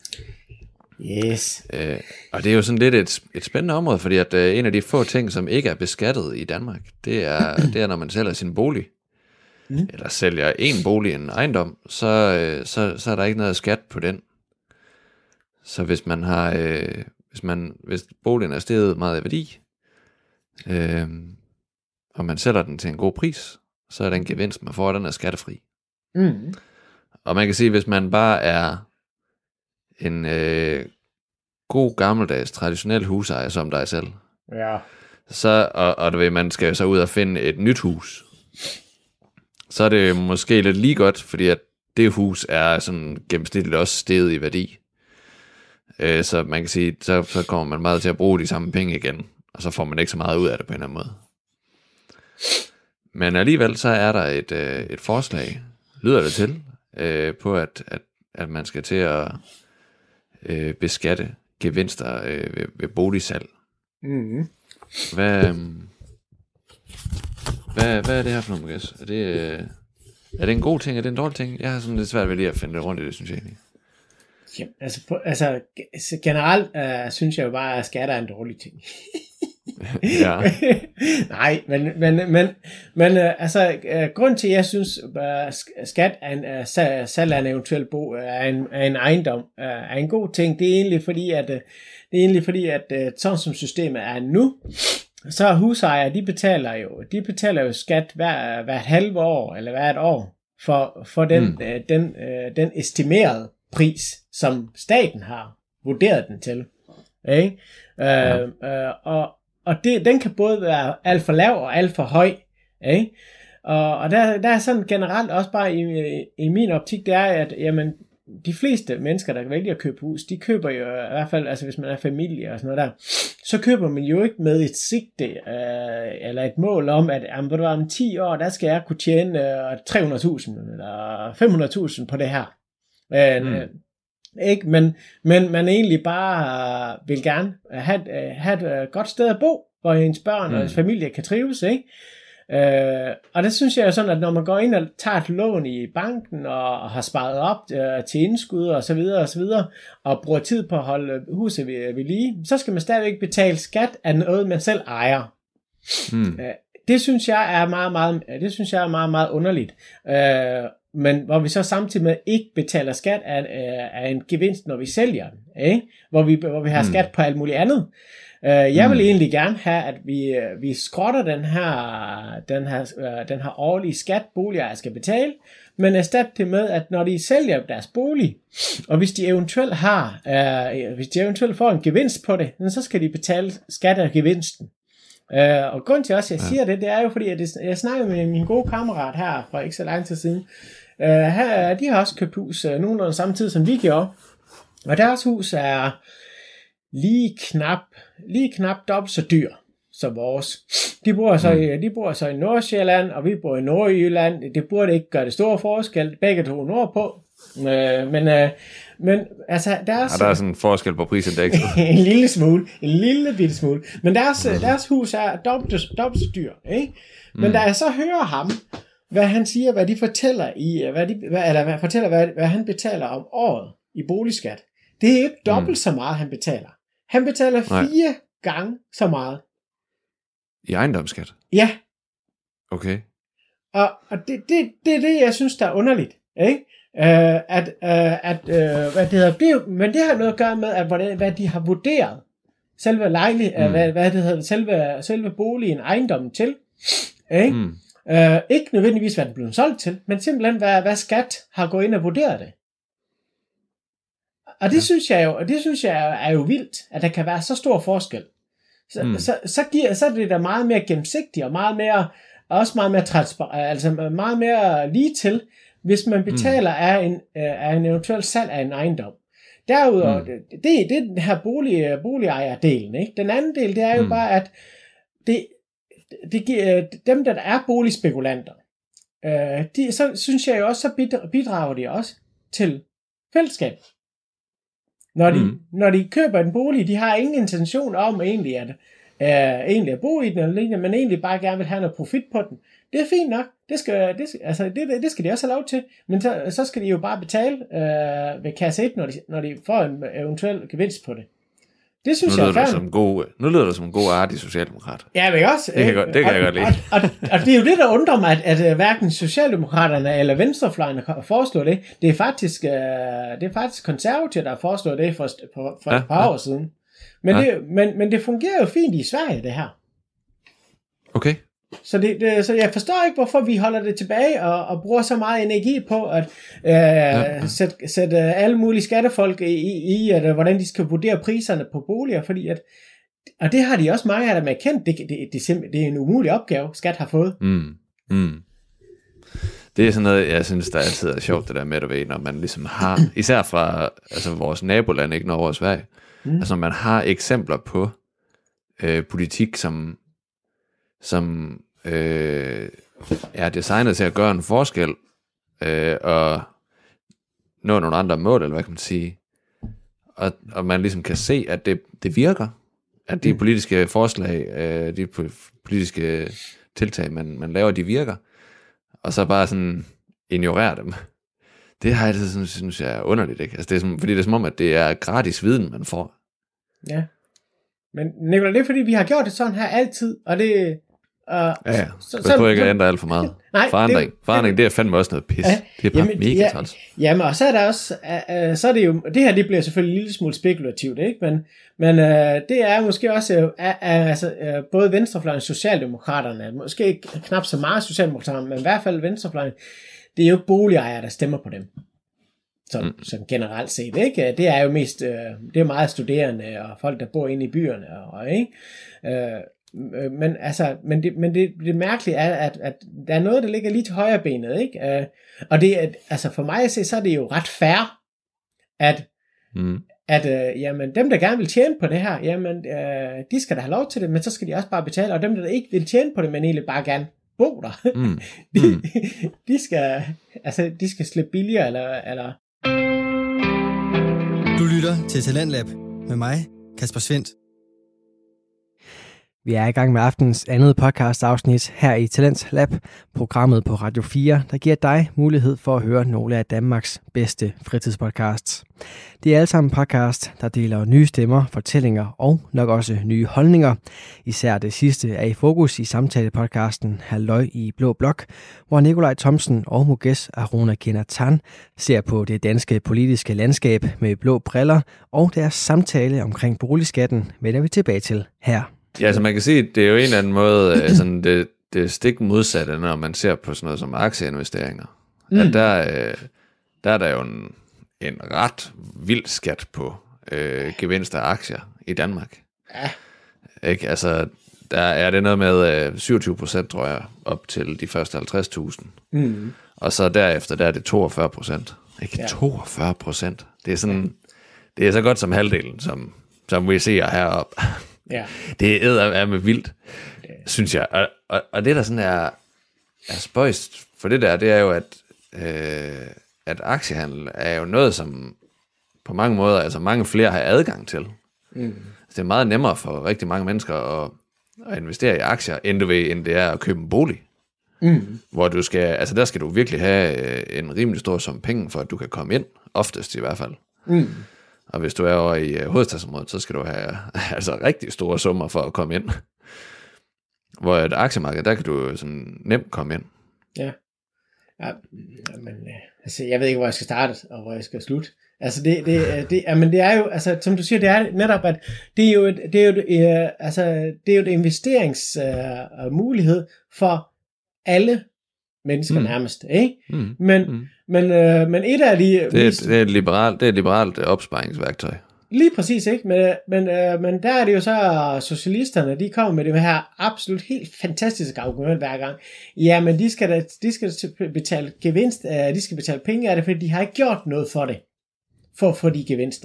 Yes. Øh, og det er jo sådan lidt et, et spændende område, fordi at øh, en af de få ting, som ikke er beskattet i Danmark, det er, det er når man sælger sin bolig, Mm. eller sælger en bolig, en ejendom, så, øh, så, så er der ikke noget skat på den. Så hvis man har, øh, hvis man, hvis boligen er steget meget i værdi, øh, og man sælger den til en god pris, så er den gevinst, man får, den er skattefri. Mm. Og man kan sige, hvis man bare er en øh, god gammeldags traditionel husejer, som dig selv, Ja. så, og, og du ved, man skal jo så ud og finde et nyt hus, så er det måske lidt lige godt, fordi at det hus er sådan gennemsnitligt også steget i værdi. Øh, så man kan sige, så, så kommer man meget til at bruge de samme penge igen, og så får man ikke så meget ud af det på en eller anden måde. Men alligevel så er der et, øh, et forslag, lyder det til, øh, på at, at, at man skal til at øh, beskatte gevinster øh, ved, ved boligsalg. Mm. Hvad, øh, hvad, hvad er det her for noget, Mugas? Er det, øh, er det en god ting? Er det en dårlig ting? Jeg har sådan lidt svært ved lige at finde det rundt i det, synes jeg egentlig. Jamen, altså, på, altså generelt uh, synes jeg jo bare, at skatter er en dårlig ting. Ja. Nej, men, men, men, men uh, altså, uh, grund til, at jeg synes, uh, skat er en, uh, salg af en eventuel bo, uh, er, en, er en ejendom, uh, er en god ting, det er egentlig fordi, at, uh, det er egentlig fordi, at uh, sådan som systemet er nu, så husejere, de betaler jo, de betaler jo skat hver, hvert halve år, eller hvert år, for, for den, mm. uh, den, uh, den estimerede pris, som staten har vurderet den til. Ikke? Ja. Uh, uh, og og det, den kan både være alt for lav og alt for høj. Ikke? Og, og der, der er sådan generelt også bare i, i min optik, det er, at jamen, de fleste mennesker, der vælger at købe hus, de køber jo i hvert fald, altså hvis man er familie og sådan noget der, så køber man jo ikke med et sigte øh, eller et mål om, at jamen, om ti år, der skal jeg kunne tjene øh, tre hundrede tusind eller fem hundrede tusind på det her. Øh, mm. Ikke? Men, men man egentlig bare uh, vil gerne have, uh, have et uh, godt sted at bo, hvor ens børn mm. og ens familie kan trives, ikke? Uh, og det synes jeg jo sådan, at når man går ind og tager et lån i banken og, og har sparet op uh, til indskud og så videre og så videre, og bruger tid på at holde huset ved, ved lige, så skal man stadigvæk betale skat af noget, man selv ejer. Mm. Uh, det synes jeg er meget, meget, det synes jeg er meget, meget underligt. Uh, Men hvor vi så samtidig med ikke betaler skat af, af en gevinst, når vi sælger den, ikke? Hvor, vi, hvor vi har skat mm. på alt muligt andet. Uh, jeg vil mm. egentlig gerne have, at vi, vi skrotter den her, den her, uh, den her årlige skat, boligejere skal betale, men erstat det med, at når de sælger deres bolig, og hvis de eventuelt har, uh, hvis de eventuelt får en gevinst på det, så skal de betale skat af gevinsten. Uh, og grund til også, at jeg siger det, det er jo fordi, at det, jeg snakkede med min gode kammerat her for ikke så lang tid siden. Uh, her, de har også købt hus uh, nogenlunde samme tid, som vi gjorde. Og deres hus er lige knap, lige knap dobbelt så dyr som vores. De bor så i, de bor så i Nordsjælland, og vi bor i Nordjylland. Det burde ikke gøre det store forskel. Begge to nordpå. Uh, men, uh, men altså deres... Ja, der er sådan en forskel på prisindekset. en lille smule. En lille bitte smule. Men deres, mm. deres hus er dobbelt, dobbelt så dyr. Ikke? Men mm. da jeg så hører ham, hvad han siger, hvad de fortæller i, hvad de, hvad, eller hvad, fortæller, hvad, hvad han betaler om året i boligskat, det er ikke dobbelt mm. så meget, han betaler. Han betaler fire Nej. gange så meget. I ejendomsskat? Ja. Okay. Og, og det, det, det er det, jeg synes, der er underligt. Ikke? Uh, at, uh, at uh, hvad det hedder, det er jo, men det har noget at gøre med, at hvordan, hvad de har vurderet selve lejlig, mm. uh, hvad, hvad det hedder, selve, selve boligen, ejendommen til. Ikke? Mm. Uh, ikke nødvendigvis, hvad den blev solgt til, men simpelthen, hvad, hvad skat har gået ind og vurderet det. Og det ja. synes jeg jo, og det synes jeg er, er jo vildt, at der kan være så stor forskel. Så, mm. så, så, giver, så er det da meget mere gennemsigtigt, og meget mere, også meget mere transparent, altså meget mere lige til, hvis man betaler mm. af, en, af en eventuel salg af en ejendom. Derudover, mm. det, det er den her bolig, boligejerdelen, ikke? Den anden del, det er jo mm. bare, at det, det giver, dem, der er boligspekulanter, øh, de, så synes jeg jo også, så bidrager de også til fællesskabet. Når de, mm. når de køber en bolig, de har ingen intention om egentlig at, øh, egentlig at bo i den, eller lignende, men egentlig bare gerne vil have noget profit på den. Det er fint nok. Det skal, det, altså, det, det skal de også have lov til. Men så, så skal de jo bare betale øh, ved kasse et, når de, når de får en eventuel gevinst på det. Det synes nu jeg er færdigt. Nu lyder det som en god artig socialdemokrat. Ja, men også. Det kan, godt, det kan og, jeg godt lide. Og, og, og, og det er jo det, der undrer mig, at, at, at hverken Socialdemokraterne eller Venstrefløjen foreslår det. Det er faktisk, uh, det er faktisk konservative, der har foreslået det for, for, for ja, et par ja. år siden. Men, ja. det, men, men det fungerer jo fint i Sverige, det her. Okay. Så, det, det, så jeg forstår ikke, hvorfor vi holder det tilbage og, og bruger så meget energi på at øh, ja. sætte, sætte alle mulige skattefolk i, i, i at, hvordan de skal vurdere priserne på boliger, fordi at, og det har de også mange af dem erkendt, det, det, det, det, det er en umulig opgave, skat har fået. Mm. Mm. Det er sådan noget, jeg synes, der altid er sjovt, det der med, at ved, når man ligesom har, især fra altså vores naboland, ikke Norge og Sverige, mm. altså man har eksempler på øh, politik, som som øh, er designet til at gøre en forskel øh, og nå nogle andre mål, eller hvad kan man sige, og, og man ligesom kan se, at det, det virker, at de politiske forslag, øh, de politiske tiltag, man, man laver, de virker, og så bare sådan ignorere dem. Det har jeg altid sådan, synes jeg er underligt, ikke? Altså det er som, fordi det er som om, at det er gratis viden, man får. Ja. men Nicolai, det er fordi, vi har gjort det sådan her altid, og det... Uh, ja, ja. Så, jeg prøver ikke at ændre alt for meget. Nej, forandring, det, forandring, det er fandme også noget pis. Ja, det er bare jamen, mega ja, træls. Jamen, og så er der også, uh, så er det jo, det her, det bliver selvfølgelig en lille smule spekulativt, ikke? Men, men uh, det er måske også, uh, uh, altså, uh, både Venstrefløjen og Socialdemokraterne, måske ikke knap så meget Socialdemokraterne, men i hvert fald Venstrefløjen, det er jo boligejere, der stemmer på dem. Sådan, mm. sådan generelt set, ikke? Det er jo mest, uh, det er meget studerende, og folk, der bor inde i byerne, og, ikke? Uh, Men altså, men det, men det, det mærkelige er, at, at der er noget, der ligger lige til højre benet, ikke? Uh, og det er, altså for mig at se, så er det jo ret fair, at, mm. at uh, jamen, dem, der gerne vil tjene på det her, jamen, uh, de skal da have lov til det, men så skal de også bare betale, og dem, der ikke vil tjene på det, men egentlig bare gerne bo der, mm. de, mm. de, skal, altså, de skal slippe billigere, eller, eller... Du lytter til Talentlab med mig, Kasper Svendt. Vi er i gang med aftens andet podcast-afsnit her i Talent Lab, programmet på Radio fire, der giver dig mulighed for at høre nogle af Danmarks bedste fritidspodcasts. Det er alle sammen podcast, der deler nye stemmer, fortællinger og nok også nye holdninger. Især det sidste er i fokus i samtalepodcasten Halløj i Blå Blok, hvor Nicolai Thomsen og Mukesh Arunakinatan ser på det danske politiske landskab med blå briller, og deres samtale omkring boligskatten vender vi tilbage til her. Ja, så man kan sige, det er jo en eller anden måde sådan det, det stik modsatte, når man ser på sådan noget som aktieinvesteringer. Mm. At der, der er der jo en, en ret vild skat på øh, gevinst af aktier i Danmark. Ja. Ikke? Altså, der er det noget med øh, syvogtyve procent, tror jeg, op til de første halvtreds tusind. Mm. Og så derefter, der er det toogfyrre procent. Ikke ja. toogfyrre procent. Det er sådan, det er så godt som halvdelen, som, som vi ser heroppe. Ja. Det er, er med vildt, synes jeg. Og, og, og det, der sådan er, er spøjst for det der, det er jo, at, øh, at aktiehandel er jo noget, som på mange måder, altså mange flere har adgang til. Mm. Altså, det er meget nemmere for rigtig mange mennesker at, at investere i aktier, end, du ved, end det er at købe en bolig. Mm. Hvor du skal, altså der skal du virkelig have en rimelig stor sum penge, for at du kan komme ind, oftest i hvert fald. Mm. Og hvis du er over i hovedstadsområdet, så skal du have altså rigtig store summer for at komme ind. Hvor et aktiemarked, der kan du sådan nemt komme ind. Ja. Ja, men altså, jeg ved ikke, hvor jeg skal starte, og hvor jeg skal slutte. Altså, det, det, det, ja, men det er jo, altså, som du siger, det er netop, at det er jo et, det er jo et, altså, det er jo et investeringsmulighed uh, for alle mennesker mm. nærmest, ikke? Mm. Men, mm. Men, øh, men et af de... Det er, et, det er et liberalt, det er et liberalt opsparingsværktøj. Lige præcis, ikke? Men, men, øh, men der er det jo så, socialisterne, de kommer med det her absolut helt fantastiske argument hver gang. Ja, men de skal, da, de skal betale gevinst, øh, de skal betale penge af det, fordi de har ikke gjort noget for det, for at få de gevinster.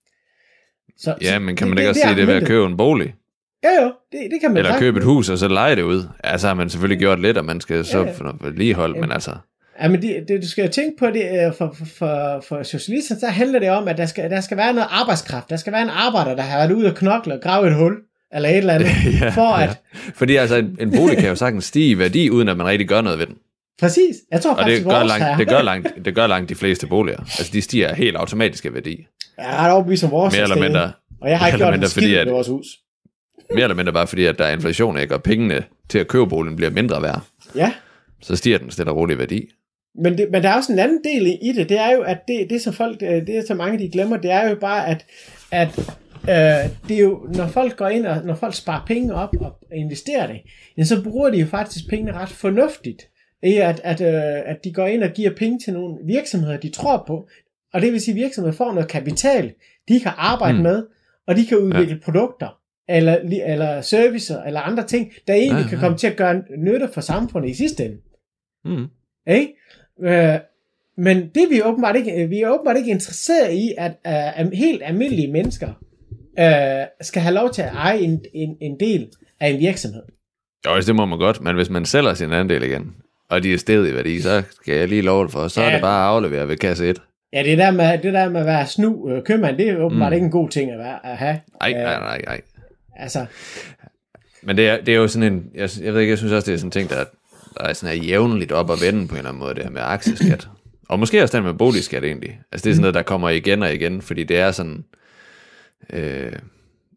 Så, ja, men kan man ikke også sige det ved at købe en bolig? Ja, jo, det, det kan man. Eller købe et hus, og så leje det ud. Altså har man selvfølgelig gjort lidt, og man skal så ja. Vedligeholde, men altså... Ja, men det, det, du skal jo tænke på det, for, for, for, for socialister, så handler det om, at der skal, der skal være noget arbejdskraft. Der skal være en arbejder, der har været ude og knokle og grave et hul, eller et eller andet, ja, for at... Ja. Fordi altså, en, en bolig kan jo sagtens stige i værdi, uden at man rigtig gør noget ved den. Præcis. Jeg tror og faktisk, det gør, langt, det, gør langt, det gør langt de fleste boliger. Altså, de stiger helt automatisk af værdi. Jeg er ret overbevist om vores mere eller mindre, og jeg har ikke gjort en skid med vores hus. Mere eller mindre bare fordi, at der er inflation, ikke? Og pengene til at købe boligen bliver mindre værd. Ja. Så stiger den stille og roligt værdi. Men, det, men der er også en anden del i det, det er jo, at det, det så folk, det er så mange, de glemmer, det er jo bare, at, at øh, det er jo, når folk går ind, og når folk sparer penge op og investerer det, ja, så bruger de jo faktisk pengene ret fornuftigt. At, at, øh, at de går ind og giver penge til nogle virksomheder, de tror på, og det vil sige, at virksomheder får noget kapital, de kan arbejde mm. med, og de kan udvikle ja. produkter, eller, eller servicer, eller andre ting, der egentlig ja, kan komme ja. til at gøre nytte for samfundet i sidste ende. Mm. Ikke? Øh, men det vi er åbenbart ikke, vi er åbenbart ikke interesseret i, at uh, helt almindelige mennesker uh, skal have lov til at eje en, en, en del af en virksomhed. Jo, det må man godt, men hvis man sælger sin andel igen, og de er stedet i værdi, så skal jeg lige love det for, så ja. er det bare at aflevere ved kasse et. Ja, det der med, det der med at være snu øh, købmand, det er åbenbart mm. ikke en god ting at, være, at have. Nej, nej, nej, nej. Altså. Men det er, det er jo sådan en, jeg, jeg ved ikke, jeg synes også, det er sådan en ting, der, der er sådan her jævnligt op og vende på en eller anden måde, det her med aktieskat. Og måske også den med boligskat egentlig. Altså det er sådan noget, der kommer igen og igen, fordi det er sådan, øh,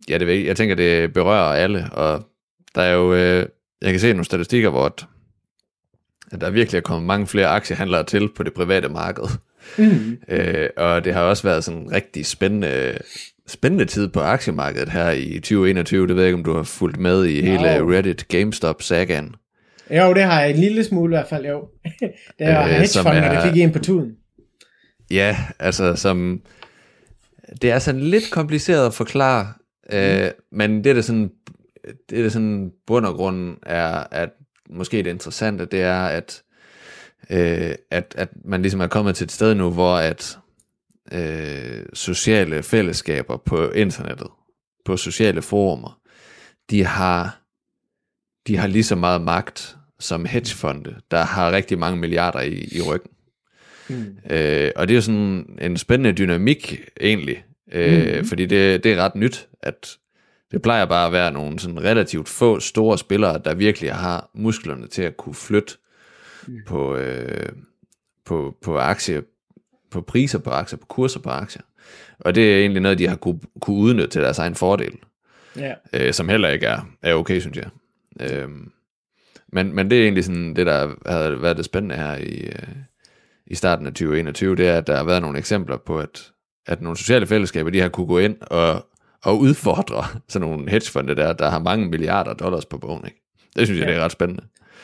ja, det ved jeg. Jeg tænker, det berører alle, og der er jo, øh, jeg kan se nogle statistikker, hvor at, at der virkelig er kommet mange flere aktiehandlere til på det private marked. Mm. øh, og det har også været sådan en rigtig spændende, spændende tid på aktiemarkedet her i tyve enogtyve. Det ved jeg ikke, om du har fulgt med i hele no. Reddit GameStop-sagaen. Jo, det har jeg en lille smule i hvert fald, jo. Det var øh, hedgefonder, der fik en på tuden. Ja, altså som... Det er sådan lidt kompliceret at forklare, mm. øh, men det der sådan, det der sådan bund og grund er, at måske det interessante, det er, at, øh, at, at man ligesom er kommet til et sted nu, hvor at øh, sociale fællesskaber på internettet, på sociale forumer, de har, de har lige så meget magt som hedgefonde, der har rigtig mange milliarder i, i ryggen. Mm. Øh, og det er jo sådan en spændende dynamik egentlig, øh, mm. fordi det, det er ret nyt, at det plejer bare at være nogle sådan relativt få store spillere, der virkelig har musklerne til at kunne flytte mm. på, øh, på, på aktier, på priser på aktier, på kurser på aktier. Og det er egentlig noget, de har kunne, kunne udnytte til deres egen fordel, yeah. øh, som heller ikke er, er okay, synes jeg. Øh, men, men det er egentlig sådan det, der har været det spændende her i... Øh, i starten af tyve enogtyve, det er, at der har været nogle eksempler på, at, at nogle sociale fællesskaber, de har kunne gå ind og, og udfordre sådan nogle hedgefonde der, der har mange milliarder dollars på bogen, ikke? Det synes jeg, ja. Det er ret spændende.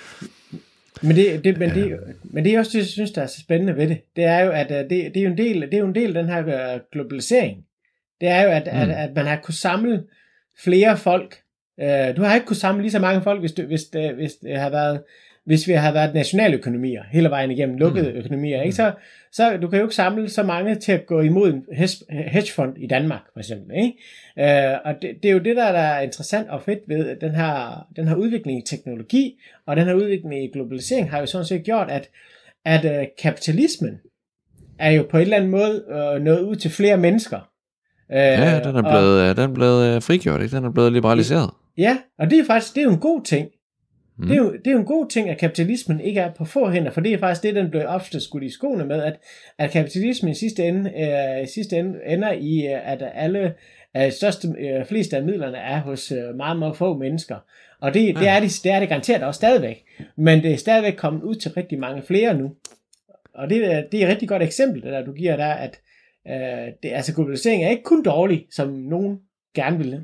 Men det, det, men, det, men det er også det, jeg synes, der er så spændende ved det. Det er jo, at det, det er jo en del, det er jo en del af den her globalisering. Det er jo, at, mm. at, at man har kunnet samle flere folk. Du har ikke kunnet samle lige så mange folk, hvis, du, hvis, det, hvis det har været hvis vi har været nationaløkonomier hele vejen igennem, lukkede mm. økonomier, ikke? Så, så du kan jo ikke samle så mange til at gå imod en hedgefond i Danmark, for eksempel, ikke? Øh, og det, det er jo det, der, der er interessant og fedt ved den her, den her udvikling i teknologi, og den her udvikling i globalisering har jo sådan set gjort, at, at uh, kapitalismen er jo på en eller anden måde uh, nået ud til flere mennesker. Uh, ja, den er blevet, og, den er blevet frigjort, ikke? Den er blevet liberaliseret. Ja, og det er faktisk det er jo en god ting. Mm. Det, er jo, det er jo en god ting, at kapitalismen ikke er på få hænder, for det er faktisk det, den blev ofte skudt i skoene med, at, at kapitalismen i sidste ende, øh, sidste ende ender i, at alle øh, største, øh, fleste af midlerne er hos øh, meget, meget få mennesker. Og det, det, er det, det er det garanteret også stadigvæk, men det er stadigvæk kommet ud til rigtig mange flere nu. Og det, det er et rigtig godt eksempel, det der du giver der, at øh, det, altså globalisering er ikke kun dårlig, som nogen gerne vil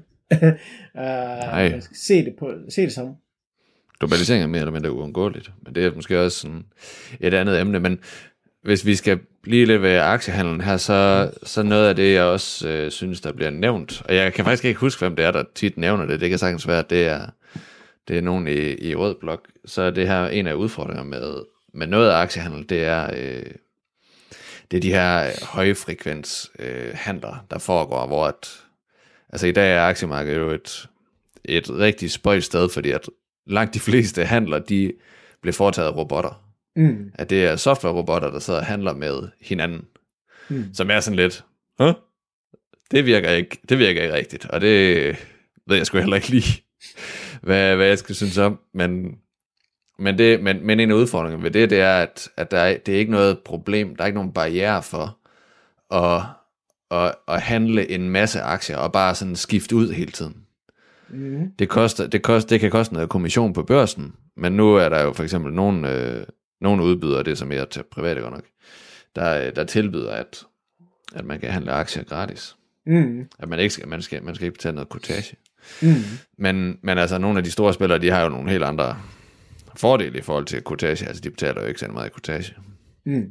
øh, se, det på, se det som. Globalisering er mere eller mindre uundgåeligt, men det er måske også sådan et andet emne, men hvis vi skal blive lidt ved aktiehandlen her, så, så noget af det, jeg også øh, synes, der bliver nævnt, og jeg kan faktisk ikke huske, hvem det er, der tit nævner det, det kan sagtens være, at det er, det er nogen i, i rød blok, så det her en af udfordringerne med, med noget af aktiehandel, det er, øh, det er de her højfrekvens øh, handler, der foregår, hvor at, altså i dag er aktiemarkedet jo et, et rigtig spøjt sted, fordi at langt de fleste handler, de bliver foretaget af robotter. Mm. At det er software-robotter, der sidder og handler med hinanden. Mm. Som er sådan lidt, huh? Det virker ikke, det virker ikke rigtigt. Og det ved jeg sgu heller ikke lige, hvad, hvad jeg skal synes om. Men, men, det, men, men en af udfordringerne ved det, det er, at, at der er, det er ikke noget problem, der er ikke nogen barriere for at, at, at handle en masse aktier, og bare sådan skifte ud hele tiden. Mm. Det, koster, det, koster, det kan koste noget kommission på børsen, men nu er der jo for eksempel nogle, øh, nogle udbydere, det er som mere til private godt nok, der, der tilbyder, at, at man kan handle aktier gratis. Mm. At man ikke skal, man skal, man skal ikke betale noget kortage. Mm. Men, men altså nogle af de store spillere, de har jo nogle helt andre fordele i forhold til kortage, altså de betaler jo ikke så meget i kortage. Mm.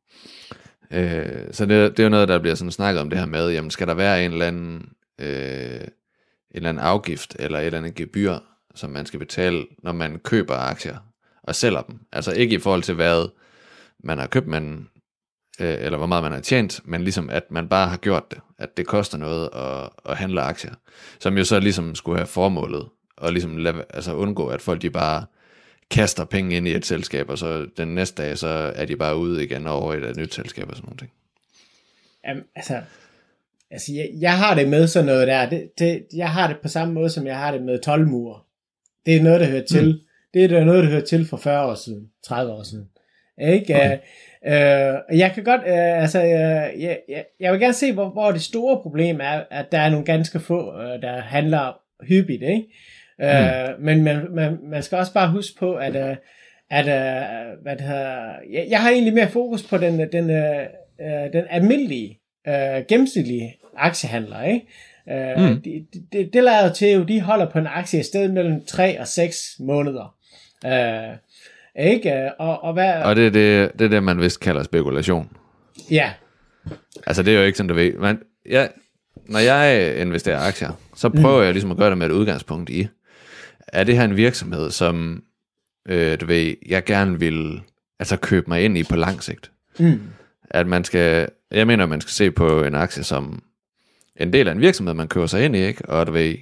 Øh, så det, det er jo noget, der bliver sådan snakket om det her med, jamen skal der være en eller anden... Øh, en eller anden afgift, eller et eller andet gebyr, som man skal betale, når man køber aktier, og sælger dem. Altså ikke i forhold til, hvad man har købt, man, øh, eller hvor meget man har tjent, men ligesom, at man bare har gjort det. At det koster noget at, at handle aktier. Som jo så ligesom skulle have formålet, og ligesom lade, altså undgå, at folk de bare kaster penge ind i et selskab, og så den næste dag, så er de bare ude igen over et, et nyt selskab, og sådan nogle ting. Jamen, altså... Altså, jeg, jeg har det med sådan noget der. Det, det, jeg har det på samme måde, som jeg har det med toldmure. Det er noget, der hører til. Mm. Det er noget, der hører til for fyrre år siden, tredive år siden. Ikke? Okay. Øh, jeg kan godt, øh, altså, øh, jeg, jeg, jeg vil gerne se, hvor, hvor det store problem er, at der er nogle ganske få, øh, der handler hyppigt, ikke? Øh, mm. Men man, man, man skal også bare huske på, at, øh, at øh, hvad det hedder, jeg, jeg har egentlig mere fokus på den, den, øh, den almindelige, øh, gennemsnitlige aktiehandler, ikke? Øh, mm. det, det, det lader til, at de holder på en aktie i stedet mellem tre og seks måneder. Øh, ikke? Og, og, hvad, og det er det, det er det, man vist kalder spekulation. Ja. Altså det er jo ikke sådan, du ved. Men jeg, når jeg investerer i aktier, så prøver mm. jeg ligesom at gøre det med et udgangspunkt i, er det her en virksomhed, som øh, du ved, jeg gerne vil altså købe mig ind i på lang sigt. Mm. At man skal, jeg mener, man skal se på en aktie som en del af en virksomhed, man køber sig ind i, ikke? Og du ved,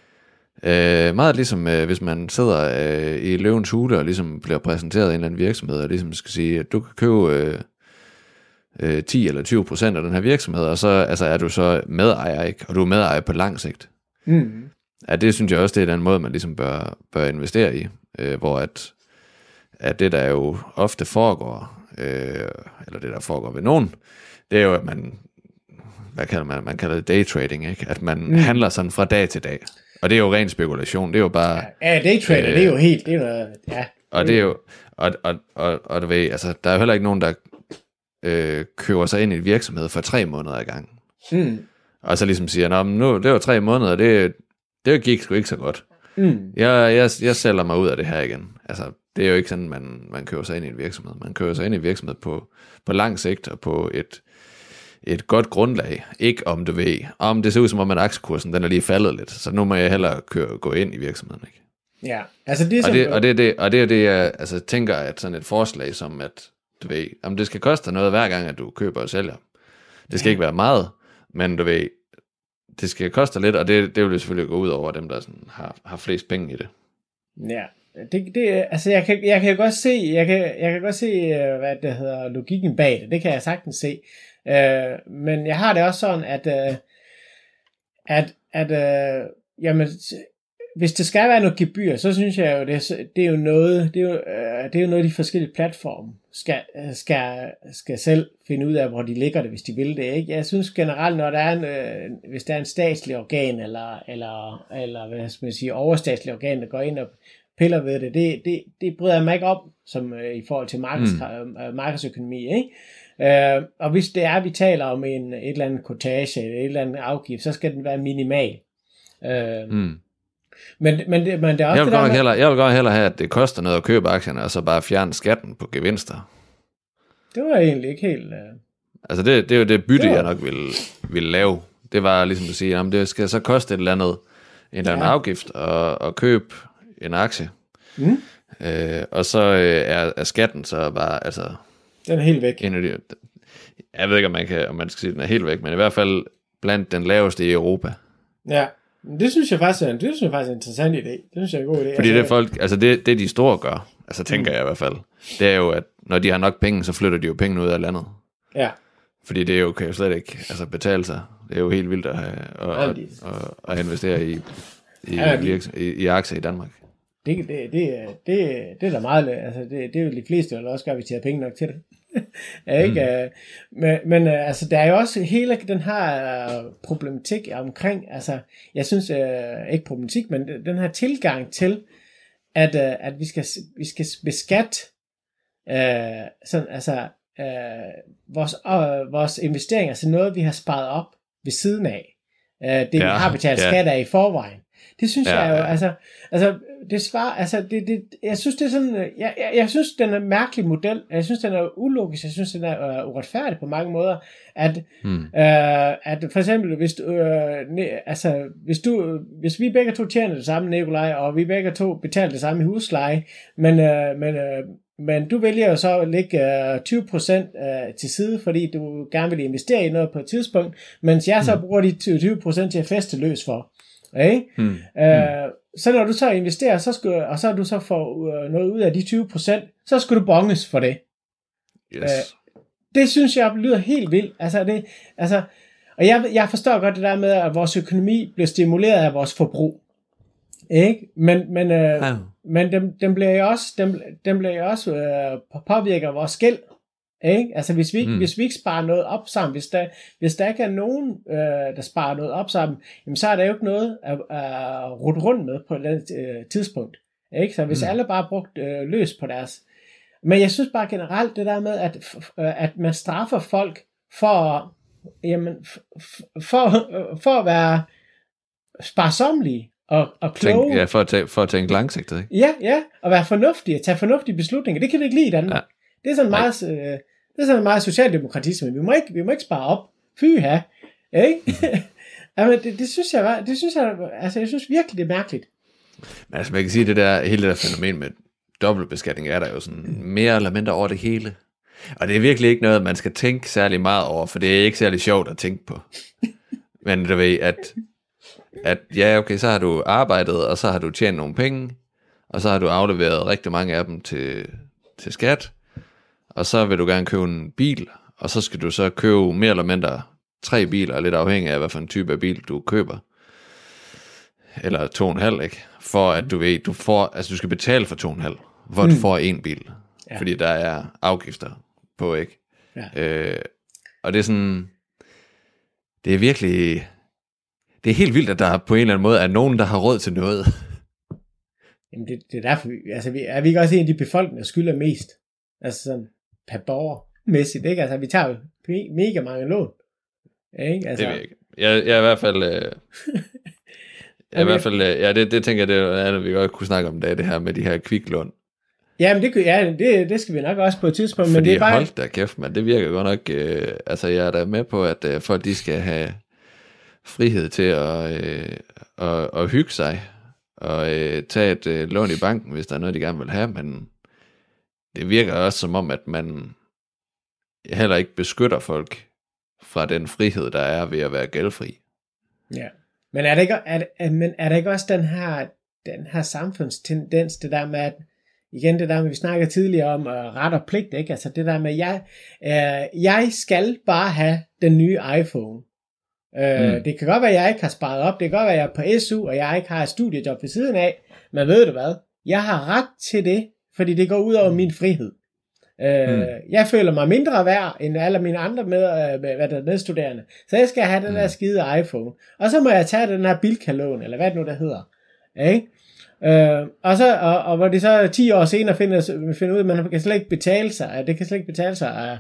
øh, meget ligesom øh, hvis man sidder øh, i Løvens Hule og ligesom bliver præsenteret af en eller anden virksomhed, og ligesom skal sige, at du kan købe øh, øh, ti eller tyve procent af den her virksomhed, og så altså, er du så medejer, ikke? Og du er medejer på lang sigt. Mm. Ja, det synes jeg også, det er den måde, man ligesom bør, bør investere i, øh, hvor at, at det, der jo ofte foregår, øh, eller det, der foregår ved nogen, det er jo, at man, hvad kalder man, man kalder det daytrading, ikke? At man mm. handler sådan fra dag til dag. Og det er jo ren spekulation, det er jo bare... Ja, daytrader, øh, det er jo helt, det er jo, ja. Og det er jo, og, og, og, og du ved, altså, der er jo heller ikke nogen, der øh, køber sig ind i en virksomhed for tre måneder ad gang. Mm. Og så ligesom siger, nå, nu, det var tre måneder, det, det gik sgu ikke så godt. Mm. Jeg, jeg, jeg sælger mig ud af det her igen. Altså, det er jo ikke sådan, man, man køber sig ind i en virksomhed. Man køber sig ind i en virksomhed på, på lang sigt og på et, et godt grundlag. Ikke om du ved, om det ser ud som om, at aktiekursen den er lige faldet lidt. Så nu må jeg hellere køre, gå ind i virksomheden, ikke? Ja, altså det er og det, og det er det, og det er det, jeg altså, tænker, at sådan et forslag som, at du ved, om det skal koste noget hver gang, at du køber og sælger. Det skal ja. ikke være meget, men du ved, det skal koste lidt, og det, det vil selvfølgelig gå ud over dem, der sådan har, har flest penge i det. Ja, det, det altså jeg kan, jeg kan godt se, jeg kan, jeg kan godt se, hvad det hedder, logikken bag det, det kan jeg sagtens se. Uh, men jeg har det også sådan, at, uh, at, at uh, jamen, hvis det skal være noget gebyr, så synes jeg jo, det, det er jo noget, det er jo, uh, det er jo noget, de forskellige platforme skal, skal, skal selv finde ud af, hvor de ligger det, hvis de vil det, ikke? Jeg synes generelt, når der er en, øh, hvis der er en statslig organ, eller, eller, eller hvad skal man sige, overstatslig organ, der går ind og piller ved det, det, det, det bryder jeg mig ikke om, som øh, i forhold til markeds, mm. øh, markedsøkonomi, ikke? Øh, og hvis det er, at vi taler om en, et eller andet kortage, eller et eller andet afgift, så skal den være minimal. Øh, mm. Men, men, det, men det er også jeg vil, det godt med... hellere, jeg vil godt hellere have, at det koster noget at købe aktierne, og så bare fjerne skatten på gevinster. Det var egentlig ikke helt... Uh... Altså det, det er jo det bytte, det var... jeg nok ville, ville lave. Det var ligesom at sige, jamen det skal så koste et eller andet, en eller anden ja. afgift, at, at købe en aktie. Mm. Øh, og så øh, er, er skatten så bare, altså... Den er helt væk. En af de, jeg ved ikke, om man, kan, om man skal sige, at den er helt væk, men i hvert fald blandt den laveste i Europa. Ja. Det synes jeg faktisk er, det synes jeg faktisk er en interessant idé. Det synes jeg er en god idé. Fordi det folk, altså det, det de store gør, altså tænker mm. jeg i hvert fald, det er jo, at når de har nok penge, så flytter de jo penge ud af landet. Ja. Fordi det er jo, kan jo slet ikke altså betale sig. Det er jo helt vildt at, have, at, at, at, at investere i, i, ja, virks, i, i aktier i Danmark. Det, det, det, det, det er da meget, altså det, det er jo de fleste, der også gør, vi tager penge nok til det. Ja, ikke? Mm. Men, men altså, der er jo også hele den her problematik omkring, altså, jeg synes, øh, ikke problematik, men den her tilgang til, at, øh, at vi, skal, vi skal beskatte øh, sådan, altså, øh, vores, øh, vores investeringer, altså noget, vi har sparet op ved siden af, øh, det ja, vi har betalt ja. skat af i forvejen. Det synes ja, jeg jo, ja. altså, altså, det svarer, altså, det, det, jeg synes, det er sådan, jeg, jeg, jeg synes, den er en mærkelig model, jeg synes, den er ulogisk, jeg synes, den er uh, uretfærdig på mange måder, at, hmm. øh, at for eksempel, hvis du, øh, ne, altså, hvis du, hvis vi begge to tjener det samme, Nikolaj, og vi begge to betaler det samme i husleje, men, øh, men, øh, men du vælger jo så at lægge øh, tyve procent øh, til side, fordi du gerne vil investere i noget på et tidspunkt, mens jeg så hmm. bruger de tyve procent til at feste løs for. Okay? Hmm. Øh, hmm. Så når du så investerer, så skal, og så du så får øh, noget ud af de tyve procent, så skal du bonges for det. Yes. Øh, det synes jeg lyder helt vildt. Altså det, altså, og jeg, jeg forstår godt det der med, at vores økonomi bliver stimuleret af vores forbrug. Ikke? Men, men, øh, ja. men den, den bliver jo også, den, den bliver jo også øh, påvirker vores gæld. Ikke? Altså hvis vi, ikke, Mm. hvis vi ikke sparer noget op sammen, hvis der, hvis der ikke er nogen, øh, der sparer noget op sammen, jamen, så er der jo ikke noget at, at rute rundt med på det øh, tidspunkt. Ikke? Så hvis mm. alle bare brugt øh, løs på deres... Men jeg synes bare generelt det der med, at, øh, at man straffer folk for, jamen, for, for at være sparsomlige og, og kloge. Tænk, ja, for at, tage, for at tænke langsigtet, ikke? Ja, ja, og være fornuftige, at tage fornuftige beslutninger. Det kan vi ikke lide i Danmark. Ja. Det er sådan meget, øh, det er sådan meget socialdemokratisme. Vi må ikke, vi må ikke spare op. Fy ha. Ikke? Jamen, det, det synes jeg var, det synes jeg, altså jeg synes virkelig, det er mærkeligt. Men altså, man kan sige, det der, hele det der fænomen med dobbeltbeskatning er der jo sådan mere eller mindre over det hele. Og det er virkelig ikke noget, man skal tænke særlig meget over, for det er ikke særlig sjovt at tænke på. Men du ved, at, at ja, okay, så har du arbejdet, og så har du tjent nogle penge, og så har du afleveret rigtig mange af dem til, til skat, og så vil du gerne købe en bil, og så skal du så købe mere eller mindre tre biler, lidt afhængig af, hvad for en type af bil du køber. Eller to og en halv, ikke? For at du ved, du får, altså du skal betale for to og en halv, hvor mm. du får en bil. Ja. Fordi der er afgifter på, ikke? Ja. Øh, og det er sådan, det er virkelig, det er helt vildt, at der på en eller anden måde er nogen, der har råd til noget. Jamen det, det er derfor, vi, altså vi, er vi ikke også en af de befolkninger, der skylder mest? Altså sådan per borgermæssigt, ikke? Altså vi tager jo mega mange lån. Ikke? Altså, det ved jeg ikke. Jeg, jeg er i hvert fald... Øh, jeg er i hvert fald, ja, det, det tænker jeg, det er andet, vi godt kunne snakke om, det, det her med de her kviklån. Ja, men det, ja, det, det skal vi nok også på et tidspunkt. Fordi men det er bare... hold da kæft, man, det virker godt nok, øh, altså jeg er da med på, at øh, folk de skal have frihed til at, øh, at, at hygge sig, og øh, tage et øh, lån i banken, hvis der er noget, de gerne vil have, men det virker også som om, at man heller ikke beskytter folk fra den frihed, der er ved at være gældfri. Ja, men er der ikke, er, er, men er der ikke også den her, den her samfundstendens, det der med, at igen det der med, vi snakkede tidligere om uh, ret og pligt, ikke? Altså det der med, jeg, uh, jeg skal bare have den nye iPhone. Uh, mm. Det kan godt være, at jeg ikke har sparet op, det kan godt være, at jeg er på S U, og jeg ikke har et studiejob ved siden af, men ved du hvad? Jeg har ret til det, fordi det går ud over min frihed. Uh, mm. Jeg føler mig mindre værd end alle mine andre med, uh, hvad der medstuderende. Så jeg skal have den der skide iPhone. Og så må jeg tage den her Bilka-lån, eller hvad det nu der hedder. Ikke? Uh, og, så, og, og hvor det så ti år senere finder, finder ud af, at man kan slet ikke betale sig, at det kan slet ikke betale sig, at,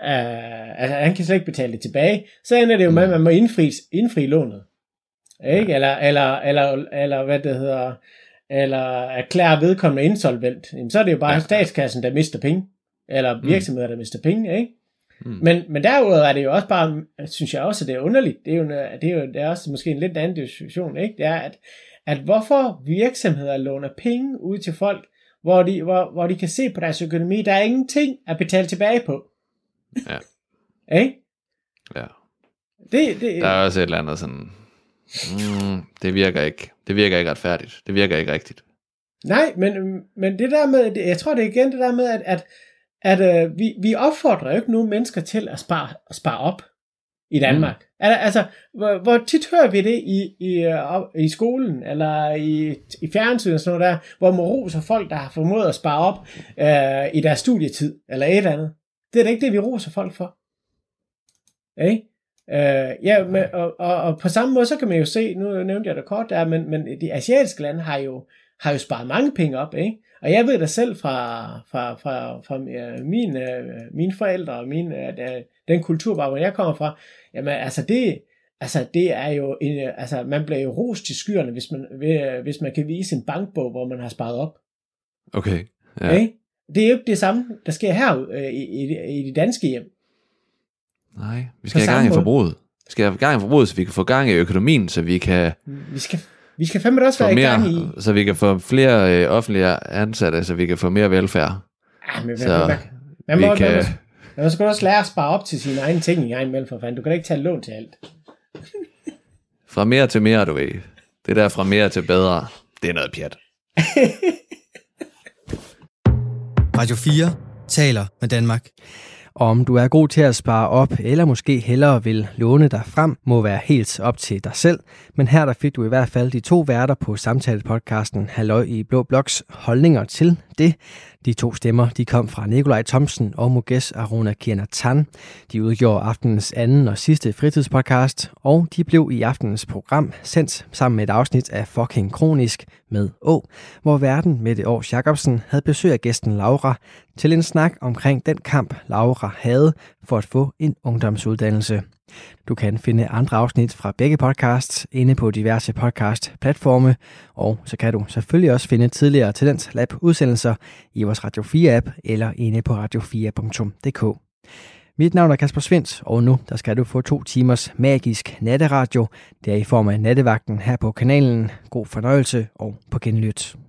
uh, at han kan slet ikke betale det tilbage, så ender det jo med, at man må indfri, indfri lånet. Ikke? Eller, eller, eller, eller hvad det hedder, eller erklære vedkommende insolvent. Jamen, så er det jo bare ja. statskassen, der mister penge. Eller virksomheder, der mister penge, ikke? Mm. Men, men derudover er det jo også bare, synes jeg også, at det er underligt. Det er jo, det er jo det er også måske en lidt anden diskussion, ikke? Det er, at, at hvorfor virksomheder låner penge ud til folk, hvor de, hvor, hvor de kan se på deres økonomi, der er ingenting at betale tilbage på. Ja. Ikke? Ja. Det, det, der er også et eller andet sådan, mm, det virker ikke, det virker ikke retfærdigt. Det virker ikke rigtigt. Nej, men, men det der med, jeg tror det er igen det der med, at, at, at uh, vi, vi opfordrer jo ikke nogen mennesker til at spare, at spare op i Danmark. Mm. Altså, hvor, hvor tit hører vi det i, i, uh, i skolen, eller i, i fjernsynet og sådan noget der, hvor man roser folk, der har formået at spare op uh, i deres studietid, eller et eller andet. Det er da ikke det, vi roser folk for. Ikke? Uh, ja, men, og, og, og på samme måde, så kan man jo se, nu nævnte jeg det kort der, men, men de asiatiske lande har jo har jo sparet mange penge op, ikke? Og jeg ved da selv fra, fra, fra, fra mine, mine forældre og min, den kultur, hvor jeg kommer fra, jamen altså det, altså det er jo, en, altså man bliver jo rost til skyerne, hvis man, hvis man kan vise en bankbog, hvor man har sparet op. Okay. Ja. Okay? Det er jo ikke det samme, der sker her i, i, i de danske hjem. Nej, vi skal have gang i forbruget. Vi skal have gang i forbruget, så vi kan få gang i økonomien, så vi kan... Vi skal... Vi skal fandme også være mere, i gang i... Så vi kan få flere øh, offentlige ansatte, så vi kan få mere velfærd. Ja, men så man, man, man, må, kan... man, må, man må sgu også lære at spare op til sine egne ting i egen imellem, for fanden. Du kan da ikke tage lån til alt. Fra mere til mere, du ved. Det der fra mere til bedre, det er noget pjat. Radio fire taler med Danmark. Og om du er god til at spare op, eller måske hellere vil låne dig frem, må være helt op til dig selv. Men her der fik du i hvert fald de to værter på samtalepodcasten Halløj i Blå Bloks holdninger til det. De to stemmer de kom fra Nikolaj Thomsen og Mukesh Arunakinartan. De udgjorde aftenens anden og sidste fritidspodcast, og de blev i aftenens program sendt sammen med et afsnit af Fucking Kronisk med Å, hvor værten Mette Aars Jacobsen havde besøg af gæsten Laura til en snak omkring den kamp, Laura havde for at få en ungdomsuddannelse. Du kan finde andre afsnit fra begge podcasts inde på diverse podcast-platforme, og så kan du selvfølgelig også finde tidligere Talent Lab-udsendelser i vores Radio fire-app eller inde på radio fire punktum d k. Mit navn er Kasper Svindt, og nu der skal du få to timers magisk natteradio. Det er i form af nattevagten her på kanalen. God fornøjelse og på genlyt.